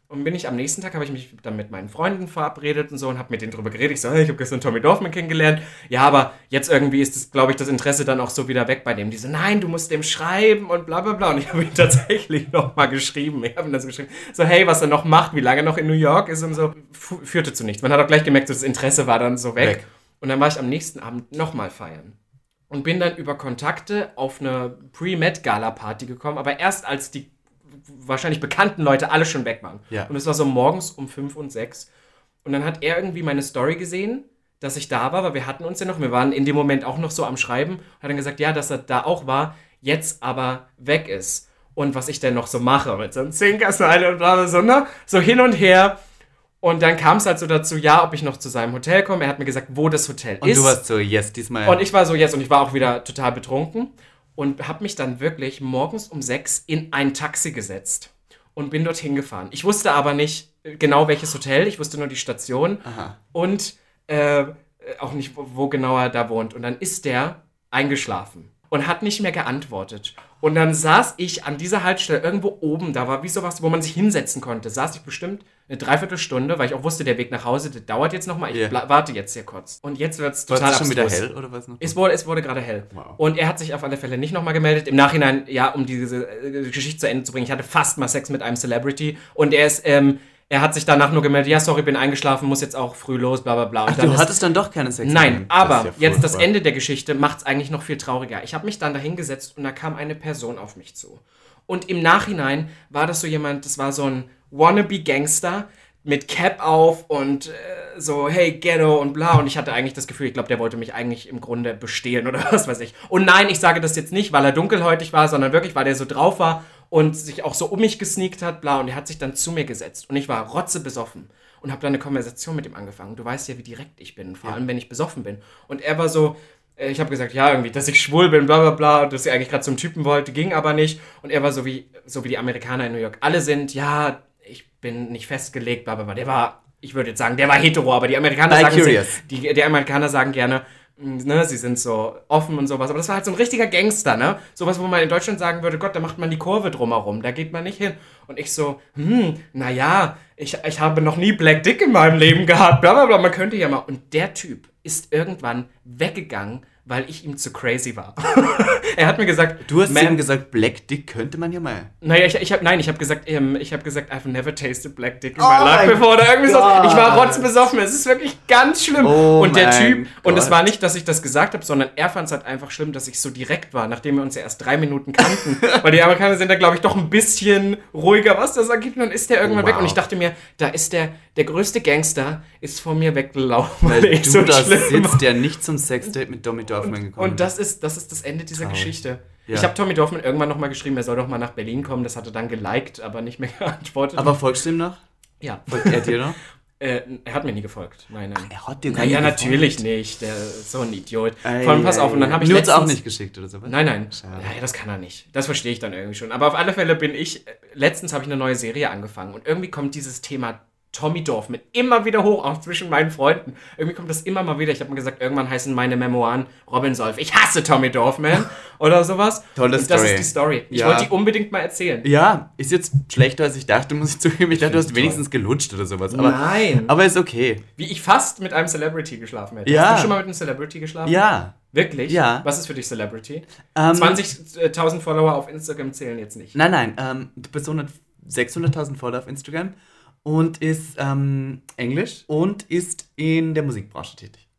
S1: Und bin ich am nächsten Tag, habe ich mich dann mit meinen Freunden verabredet und so und habe mit denen drüber geredet. Ich so, hey, ich habe gestern Tommy Dorfman kennengelernt. Ja, aber jetzt irgendwie ist, das, glaube ich, das Interesse dann auch so wieder weg bei dem. Die so, nein, du musst dem schreiben und bla bla bla. Und ich habe ihm tatsächlich nochmal geschrieben. Ich habe ihm das geschrieben. So, hey, was er noch macht, wie lange er noch in New York ist und so. F- führte zu nichts. Man hat auch gleich gemerkt, das Interesse war dann so weg. weg. Und dann war ich am nächsten Abend nochmal feiern. Und bin dann über Kontakte auf eine Pre-Met-Gala-Party gekommen. Aber erst als die wahrscheinlich bekannten Leute alle schon weg waren.
S2: Ja.
S1: Und es war so morgens um fünf und sechs. Und dann hat er irgendwie meine Story gesehen, dass ich da war, weil wir hatten uns ja noch, wir waren in dem Moment auch noch so am Schreiben, hat dann gesagt, ja, dass er da auch war, jetzt aber weg ist. Und was ich denn noch so mache mit so einem Zinkerseil und bla bla so, ne? So hin und her. Und dann kam es halt so dazu, ja, ob ich noch zu seinem Hotel komme. Er hat mir gesagt, wo das Hotel
S2: und
S1: ist.
S2: Und du warst so, yes, diesmal.
S1: Und ich war so, yes, und ich war auch wieder total betrunken. Und habe mich dann wirklich morgens um sechs in ein Taxi gesetzt und bin dorthin gefahren. Ich wusste aber nicht genau, welches Hotel, ich wusste nur die Station.
S2: Aha.
S1: Und äh, auch nicht, wo, wo genau er da wohnt. Und dann ist der eingeschlafen und hat nicht mehr geantwortet. Und dann saß ich an dieser Haltestelle irgendwo oben, da war wie sowas, wo man sich hinsetzen konnte, saß ich bestimmt eine Dreiviertelstunde, weil ich auch wusste, der Weg nach Hause, der dauert jetzt nochmal, ich yeah. bla- warte jetzt hier kurz. Und jetzt wird es total abstrus.
S2: War es schon wieder hell oder was noch?
S1: Es wurde, es wurde gerade hell.
S2: Wow.
S1: Und er hat sich auf alle Fälle nicht nochmal gemeldet. Im Nachhinein, ja, um diese äh, Geschichte zu Ende zu bringen, ich hatte fast mal Sex mit einem Celebrity und er ist, ähm, er hat sich danach nur gemeldet, ja, sorry, bin eingeschlafen, muss jetzt auch früh los, bla bla bla. Und
S2: Ach,
S1: dann
S2: du
S1: ist,
S2: hattest dann doch keine Sex
S1: Nein,
S2: mit ihm.
S1: aber
S2: das ja
S1: jetzt das Ende der Geschichte macht es eigentlich noch viel trauriger. Ich habe mich dann da hingesetzt und da kam eine Person auf mich zu. Und im Nachhinein war das so jemand, das war so ein Wannabe-Gangster mit Cap auf und äh, so, hey, Ghetto und bla. Und ich hatte eigentlich das Gefühl, ich glaube, der wollte mich eigentlich im Grunde bestehlen oder was weiß ich. Und nein, ich sage das jetzt nicht, weil er dunkelhäutig war, sondern wirklich, weil der so drauf war und sich auch so um mich gesneakt hat, bla. Und er hat sich dann zu mir gesetzt. Und ich war rotzebesoffen und habe dann eine Konversation mit ihm angefangen. Du weißt ja, wie direkt ich bin, vor
S2: ja.
S1: allem, wenn ich besoffen bin. Und er war so... Ich habe gesagt, ja, irgendwie, dass ich schwul bin, bla bla bla, und dass ich eigentlich gerade zum Typen wollte, ging aber nicht. Und er war so wie, so wie die Amerikaner in New York. Alle sind, ja, ich bin nicht festgelegt, bla bla bla. Der war, ich würde jetzt sagen, der war hetero, aber die Amerikaner sagen, sie, die, die Amerikaner sagen gerne, ne, sie sind so offen und sowas. Aber das war halt so ein richtiger Gangster, ne? Sowas, wo man in Deutschland sagen würde, Gott, da macht man die Kurve drumherum, da geht man nicht hin. Und ich so, hm, naja, ich, ich habe noch nie Black Dick in meinem Leben gehabt, bla bla bla, man könnte ja mal. Und der Typ ist irgendwann weggegangen, weil ich ihm zu crazy war. Er hat mir gesagt...
S2: Du hast ihm gesagt, Black Dick könnte man ja mal.
S1: Naja, ich, ich hab, nein, ich habe gesagt, ähm, ich habe gesagt, I've never tasted Black Dick in my oh life before. Oder irgendwie so. Ich war rotzbesoffen. Es ist wirklich ganz schlimm.
S2: Oh
S1: und der Typ,
S2: Gott.
S1: und es war nicht, dass ich das gesagt habe, sondern er fand es halt einfach schlimm, dass ich so direkt war, nachdem wir uns ja erst drei Minuten kannten. Weil die Amerikaner sind da, glaube ich, doch ein bisschen ruhiger, was das angeht. Und dann ist der irgendwann oh, wow. weg. Und ich dachte mir, da ist der, der größte Gangster, ist vor mir weggelaufen.
S2: Weil, weil du so da sitzt, der nicht zum Sexdate mit Tommy Dorfman gekommen
S1: Und das ist, das ist das Ende dieser Traurig. Geschichte.
S2: Ja.
S1: Ich habe Tommy Dorfman irgendwann nochmal geschrieben, er soll doch mal nach Berlin kommen. Das hat er dann geliked, aber nicht mehr geantwortet.
S2: Aber folgst du ihm noch?
S1: Ja.
S2: Folgt er dir noch?
S1: äh, er hat mir nie gefolgt. Nein, nein.
S2: Ach, er hat dir gar
S1: naja,
S2: nicht
S1: natürlich nicht. Der ist so ein Idiot.
S2: Ei,
S1: Vor allem, pass
S2: ei,
S1: auf. Und dann habe ich
S2: letztens...
S1: auch
S2: nicht geschickt oder so?
S1: Nein, nein.
S2: Schade.
S1: Naja, das kann er nicht. Das verstehe ich dann irgendwie schon. Aber auf alle Fälle bin ich... Letztens habe ich eine neue Serie angefangen. Und irgendwie kommt dieses Thema Tommy Dorfman immer wieder hoch, auch zwischen meinen Freunden. Irgendwie kommt das immer mal wieder. Ich habe mir gesagt, irgendwann heißen meine Memoiren Robin Solf. Ich hasse Tommy Dorfman oder sowas.
S2: Tolle
S1: und
S2: Story.
S1: Das ist die Story. Ich
S2: ja.
S1: wollte die unbedingt mal erzählen.
S2: Ja, ist jetzt schlechter, als ich dachte, muss ich zugeben. Ich dachte, du hast wenigstens gelutscht oder sowas. Aber,
S1: Nein.
S2: Aber ist okay.
S1: Wie ich fast mit einem Celebrity geschlafen hätte.
S2: Ja.
S1: Hast du schon mal mit einem Celebrity geschlafen?
S2: Ja.
S1: Wirklich?
S2: Ja.
S1: Was ist für dich Celebrity?
S2: Ähm,
S1: zwanzigtausend Follower auf Instagram zählen jetzt nicht.
S2: Nein, nein. Ähm, die Person hat sechshunderttausend Follower auf Instagram und ist ähm, Englisch und ist in der Musikbranche tätig.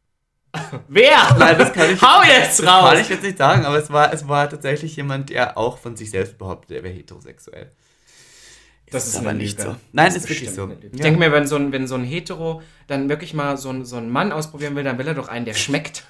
S1: Wer?
S2: Nein, das kann ich,
S1: Hau jetzt
S2: das
S1: raus!
S2: kann ich jetzt nicht sagen, aber es war, es war tatsächlich jemand, der auch von sich selbst behauptet, er wäre heterosexuell.
S1: Das ist, ist
S2: aber
S1: eine
S2: nicht
S1: Lüge.
S2: so. Nein,
S1: das
S2: ist, ist wirklich so.
S1: Ich ja. denke mir, wenn so, ein, wenn so ein Hetero dann wirklich mal so ein, so einen Mann ausprobieren will, dann will er doch einen, der schmeckt.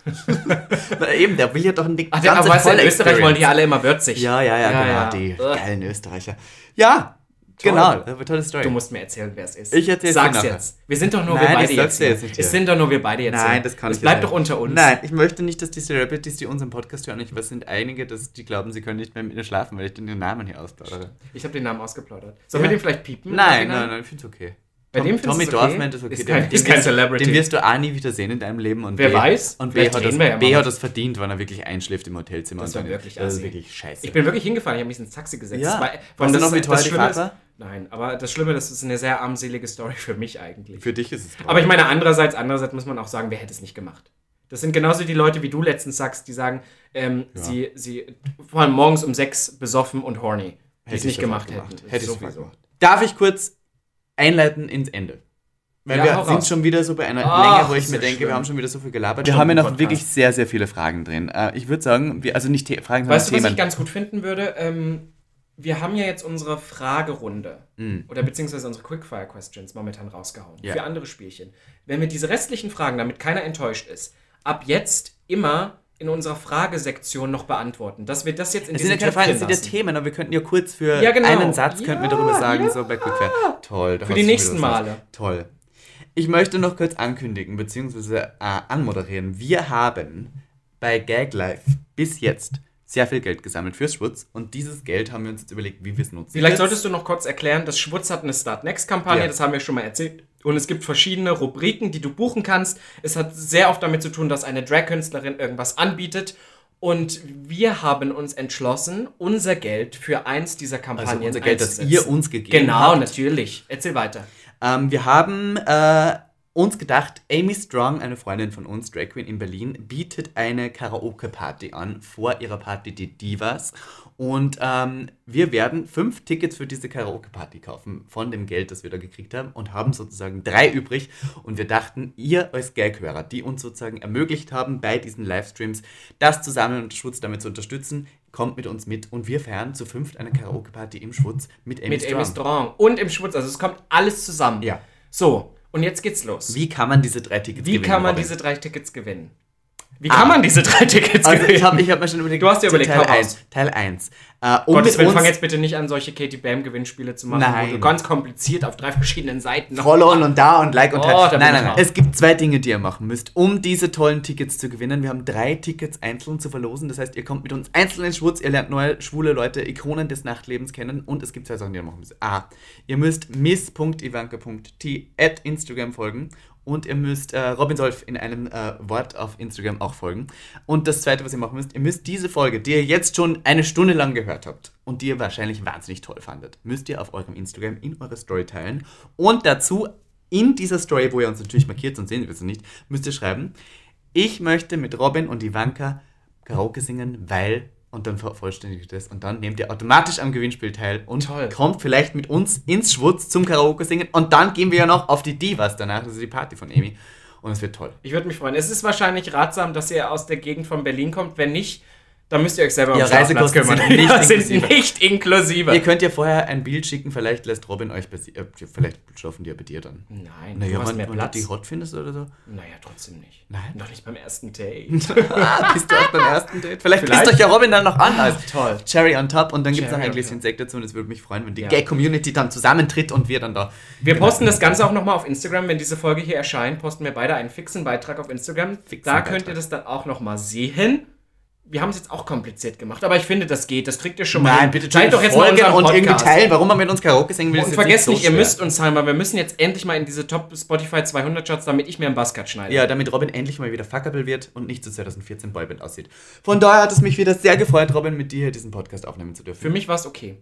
S2: Na eben, der will ja doch nicht
S1: Ach, der, aber weißt du, in Österreich wollen die alle immer würzig.
S2: Ja, ja, ja, ja, genau, ja. die Ugh. geilen Österreicher. Ja, Toll. Genau, das war tolle Story.
S1: Du musst mir erzählen, wer es ist.
S2: Ich erzähl's dir
S1: Sag's jetzt. Wir sind doch nur
S2: Nein,
S1: wir beide jetzt.
S2: jetzt nicht
S1: es sind doch nur wir beide jetzt.
S2: Nein, das kann
S1: es
S2: ich
S1: bleibt
S2: nicht.
S1: doch unter uns.
S2: Nein, ich möchte nicht, dass die Celebrities, die unseren Podcast hören, ich weiß, sind einige, dass die glauben, sie können nicht mehr mit mir schlafen, weil ich den Namen hier ausplaudere.
S1: Ich habe den Namen ausgeplaudert. Sollen ja. wir den vielleicht piepen?
S2: Nein, nein, nein, ich finde es okay.
S1: Bei
S2: Tom,
S1: dem
S2: Tommy
S1: okay?
S2: Dorfman ist okay.
S1: Ist kein,
S2: den,
S1: ist
S2: den,
S1: kein Celebrity.
S2: Den wirst du A nie wieder sehen in deinem Leben. Und
S1: Wer
S2: B,
S1: weiß?
S2: Und B hat, das,
S1: ja
S2: B hat das verdient, wenn er wirklich einschläft im Hotelzimmer.
S1: Das war wirklich
S2: Das ist wirklich scheiße.
S1: Ich bin wirklich hingefahren, ich habe mich ins Taxi gesetzt.
S2: Ja.
S1: Das war,
S2: weißt du noch, wie teuer die Fahrt war?
S1: Nein, aber das Schlimme, das ist eine sehr armselige Story für mich eigentlich.
S2: Für dich ist es traurig.
S1: Aber ich meine, andererseits, andererseits muss man auch sagen, wer hätte es nicht gemacht? Das sind genauso die Leute, wie du letztens sagst, die sagen, ähm, ja. sie, sie, vor allem morgens um sechs besoffen und horny, die es nicht gemacht hätten.
S2: Hätte ich sowieso gemacht. Darf ich kurz einleiten ins Ende? Weil ja, wir sind raus. schon wieder so bei einer Ach, Länge, wo ich mir denke, schlimm. wir haben schon wieder so viel gelabert. Wir haben ja noch Podcast. wirklich sehr, sehr viele Fragen drin. Ich würde sagen, wir, also nicht The- Fragen, sondern
S1: Weißt du, was ich ganz gut finden würde? Ähm, wir haben ja jetzt unsere Fragerunde mm. oder beziehungsweise unsere Quickfire-Questions momentan rausgehauen ja. für andere Spielchen. Wenn wir diese restlichen Fragen, damit keiner enttäuscht ist, ab jetzt immer in unserer Fragesektion noch beantworten. Dass wir das jetzt in
S2: es sind ja keine Fragen, es sind ja Themen, aber wir könnten ja kurz für ja, genau. einen Satz ja, könnten wir darüber sagen, ja. so bei Quickfire. Toll.
S1: Für die nächsten Male.
S2: Toll. Ich möchte noch kurz ankündigen, beziehungsweise äh, anmoderieren. Wir haben bei Gag Life bis jetzt sehr viel Geld gesammelt fürs Schwutz und dieses Geld haben wir uns jetzt überlegt, wie wir es nutzen.
S1: Vielleicht solltest du noch kurz erklären, das Schwutz hat eine Start-Next-Kampagne, ja. das haben wir schon mal erzählt. Und es gibt verschiedene Rubriken, die du buchen kannst. Es hat sehr oft damit zu tun, dass eine Drag-Künstlerin irgendwas anbietet. Und wir haben uns entschlossen, unser Geld für eins dieser Kampagnen
S2: also unser Geld, das ihr uns gegeben
S1: genau,
S2: habt.
S1: Genau, natürlich. Erzähl weiter.
S2: Ähm, wir haben äh, uns gedacht, Amy Strong, eine Freundin von uns, Drag Queen in Berlin, bietet eine Karaoke-Party an, vor ihrer Party die Divas. Und ähm, wir werden fünf Tickets für diese Karaoke-Party kaufen, von dem Geld, das wir da gekriegt haben, und haben sozusagen drei übrig. Und wir dachten, ihr als Gag-Hörer, die uns sozusagen ermöglicht haben, bei diesen Livestreams das zusammen und Schwutz damit zu unterstützen, kommt mit uns mit und wir feiern zu fünft eine Karaoke-Party im Schwutz mit Amy
S1: mit
S2: Strong.
S1: Amy Strong. Und im Schwutz, also es kommt alles zusammen.
S2: Ja.
S1: So, und jetzt geht's los.
S2: Wie kann man diese drei Tickets
S1: Wie
S2: gewinnen?
S1: Wie kann man Robin? diese drei Tickets gewinnen? Wie kann ah. man diese drei Tickets
S2: also
S1: gewinnen?
S2: Ich habe ich hab mir schon überlegt,
S1: du hast dir überlegt,
S2: Teil eins. Teil eins. Uh, um
S1: Gottes Willen, fang jetzt bitte nicht an, solche Katie Bam Gewinnspiele zu machen,
S2: nein.
S1: wo du ganz kompliziert auf drei verschiedenen Seiten noch
S2: Follow und da und Like und
S1: oh,
S2: Teil. Nein, nein, nein. Es gibt zwei Dinge, die ihr machen müsst, um diese tollen Tickets zu gewinnen. Wir haben drei Tickets einzeln zu verlosen. Das heißt, ihr kommt mit uns einzeln in Schwutz, ihr lernt neue schwule Leute, Ikonen des Nachtlebens kennen und es gibt zwei Sachen, die ihr machen müsst. A. Ihr müsst miss punkt ivanka punkt t at Instagram folgen. Und ihr müsst äh, Robin Solf in einem äh, Wort auf Instagram auch folgen. Und das Zweite, was ihr machen müsst, ihr müsst diese Folge, die ihr jetzt schon eine Stunde lang gehört habt und die ihr wahrscheinlich wahnsinnig toll fandet, müsst ihr auf eurem Instagram in eurer Story teilen. Und dazu in dieser Story, wo ihr uns natürlich markiert, sonst sehen wir es nicht, müsst ihr schreiben, ich möchte mit Robin und Ivanka Karaoke singen, weil... Und dann vervollständigt das und dann nehmt ihr automatisch am Gewinnspiel teil und Toll. kommt vielleicht mit uns ins Schwutz zum Karaoke singen und dann gehen wir ja noch auf die Divas danach, das ist die Party von Amy und es wird toll.
S1: Ich würde mich freuen. Es ist wahrscheinlich ratsam, dass ihr aus der Gegend von Berlin kommt, wenn nicht, dann müsst ihr euch selber
S2: um ja, Reisekosten
S1: kümmern.
S2: Sind nicht,
S1: ja, sind nicht inklusive.
S2: Ihr könnt ja vorher ein Bild schicken, vielleicht lässt Robin euch bei sie, äh, vielleicht schlafen die ja bei dir dann.
S1: Nein,
S2: naja,
S1: du hast
S2: wenn,
S1: mehr
S2: wenn
S1: Platz.
S2: du die hot findest oder so?
S1: Naja, trotzdem nicht.
S2: Nein?
S1: Noch nicht beim ersten Date.
S2: ah, bist du auch beim ersten Date? Vielleicht, vielleicht pisst euch ja Robin dann noch an. Als
S1: toll.
S2: Cherry on top und dann gibt es noch ein Gläschen Sekt dazu und es würde mich freuen, wenn die ja. Gay-Community dann zusammentritt und wir dann da...
S1: Wir posten das Ganze auch nochmal auf Instagram, wenn diese Folge hier erscheint, posten wir beide einen fixen Beitrag auf Instagram. Fixen da könnt Beitrag. ihr das dann auch nochmal sehen. Wir haben es jetzt auch kompliziert gemacht, aber ich finde, das geht. Das kriegt ihr schon mal.
S2: Nein, bitte teilt doch jetzt mal unseren Podcast. Und irgendwie teilen, warum man mit uns Karaoke singen will.
S1: Und vergesst nicht, so ihr müsst uns teilen, weil wir müssen jetzt endlich mal in diese Top Spotify zweihundert Charts, damit ich mir einen Buzzcut schneide.
S2: Ja, damit Robin endlich mal wieder fuckable wird und nicht zu zwanzig vierzehn Boyband aussieht. Von daher hat es mich wieder sehr gefreut, Robin, mit dir diesen Podcast aufnehmen zu dürfen.
S1: Für mich war es okay.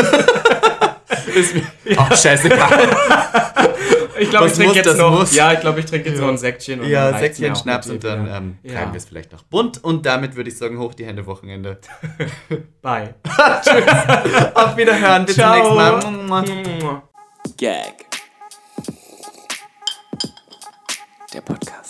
S2: Ist mir auch scheißegal.
S1: Ich glaube, ich trinke jetzt noch.
S2: Muss.
S1: Ja, ich glaube, ich trinke jetzt ja. noch ein Säckchen.
S2: Und ja, Säckchen, Schnaps und dann ähm, ja. treiben wir es vielleicht noch bunt. Und damit würde ich sagen, hoch die Hände, Wochenende.
S1: Bye.
S2: Tschüss. Auf Wiederhören. Bis zum nächsten Mal.
S1: Gag.
S2: Der Podcast.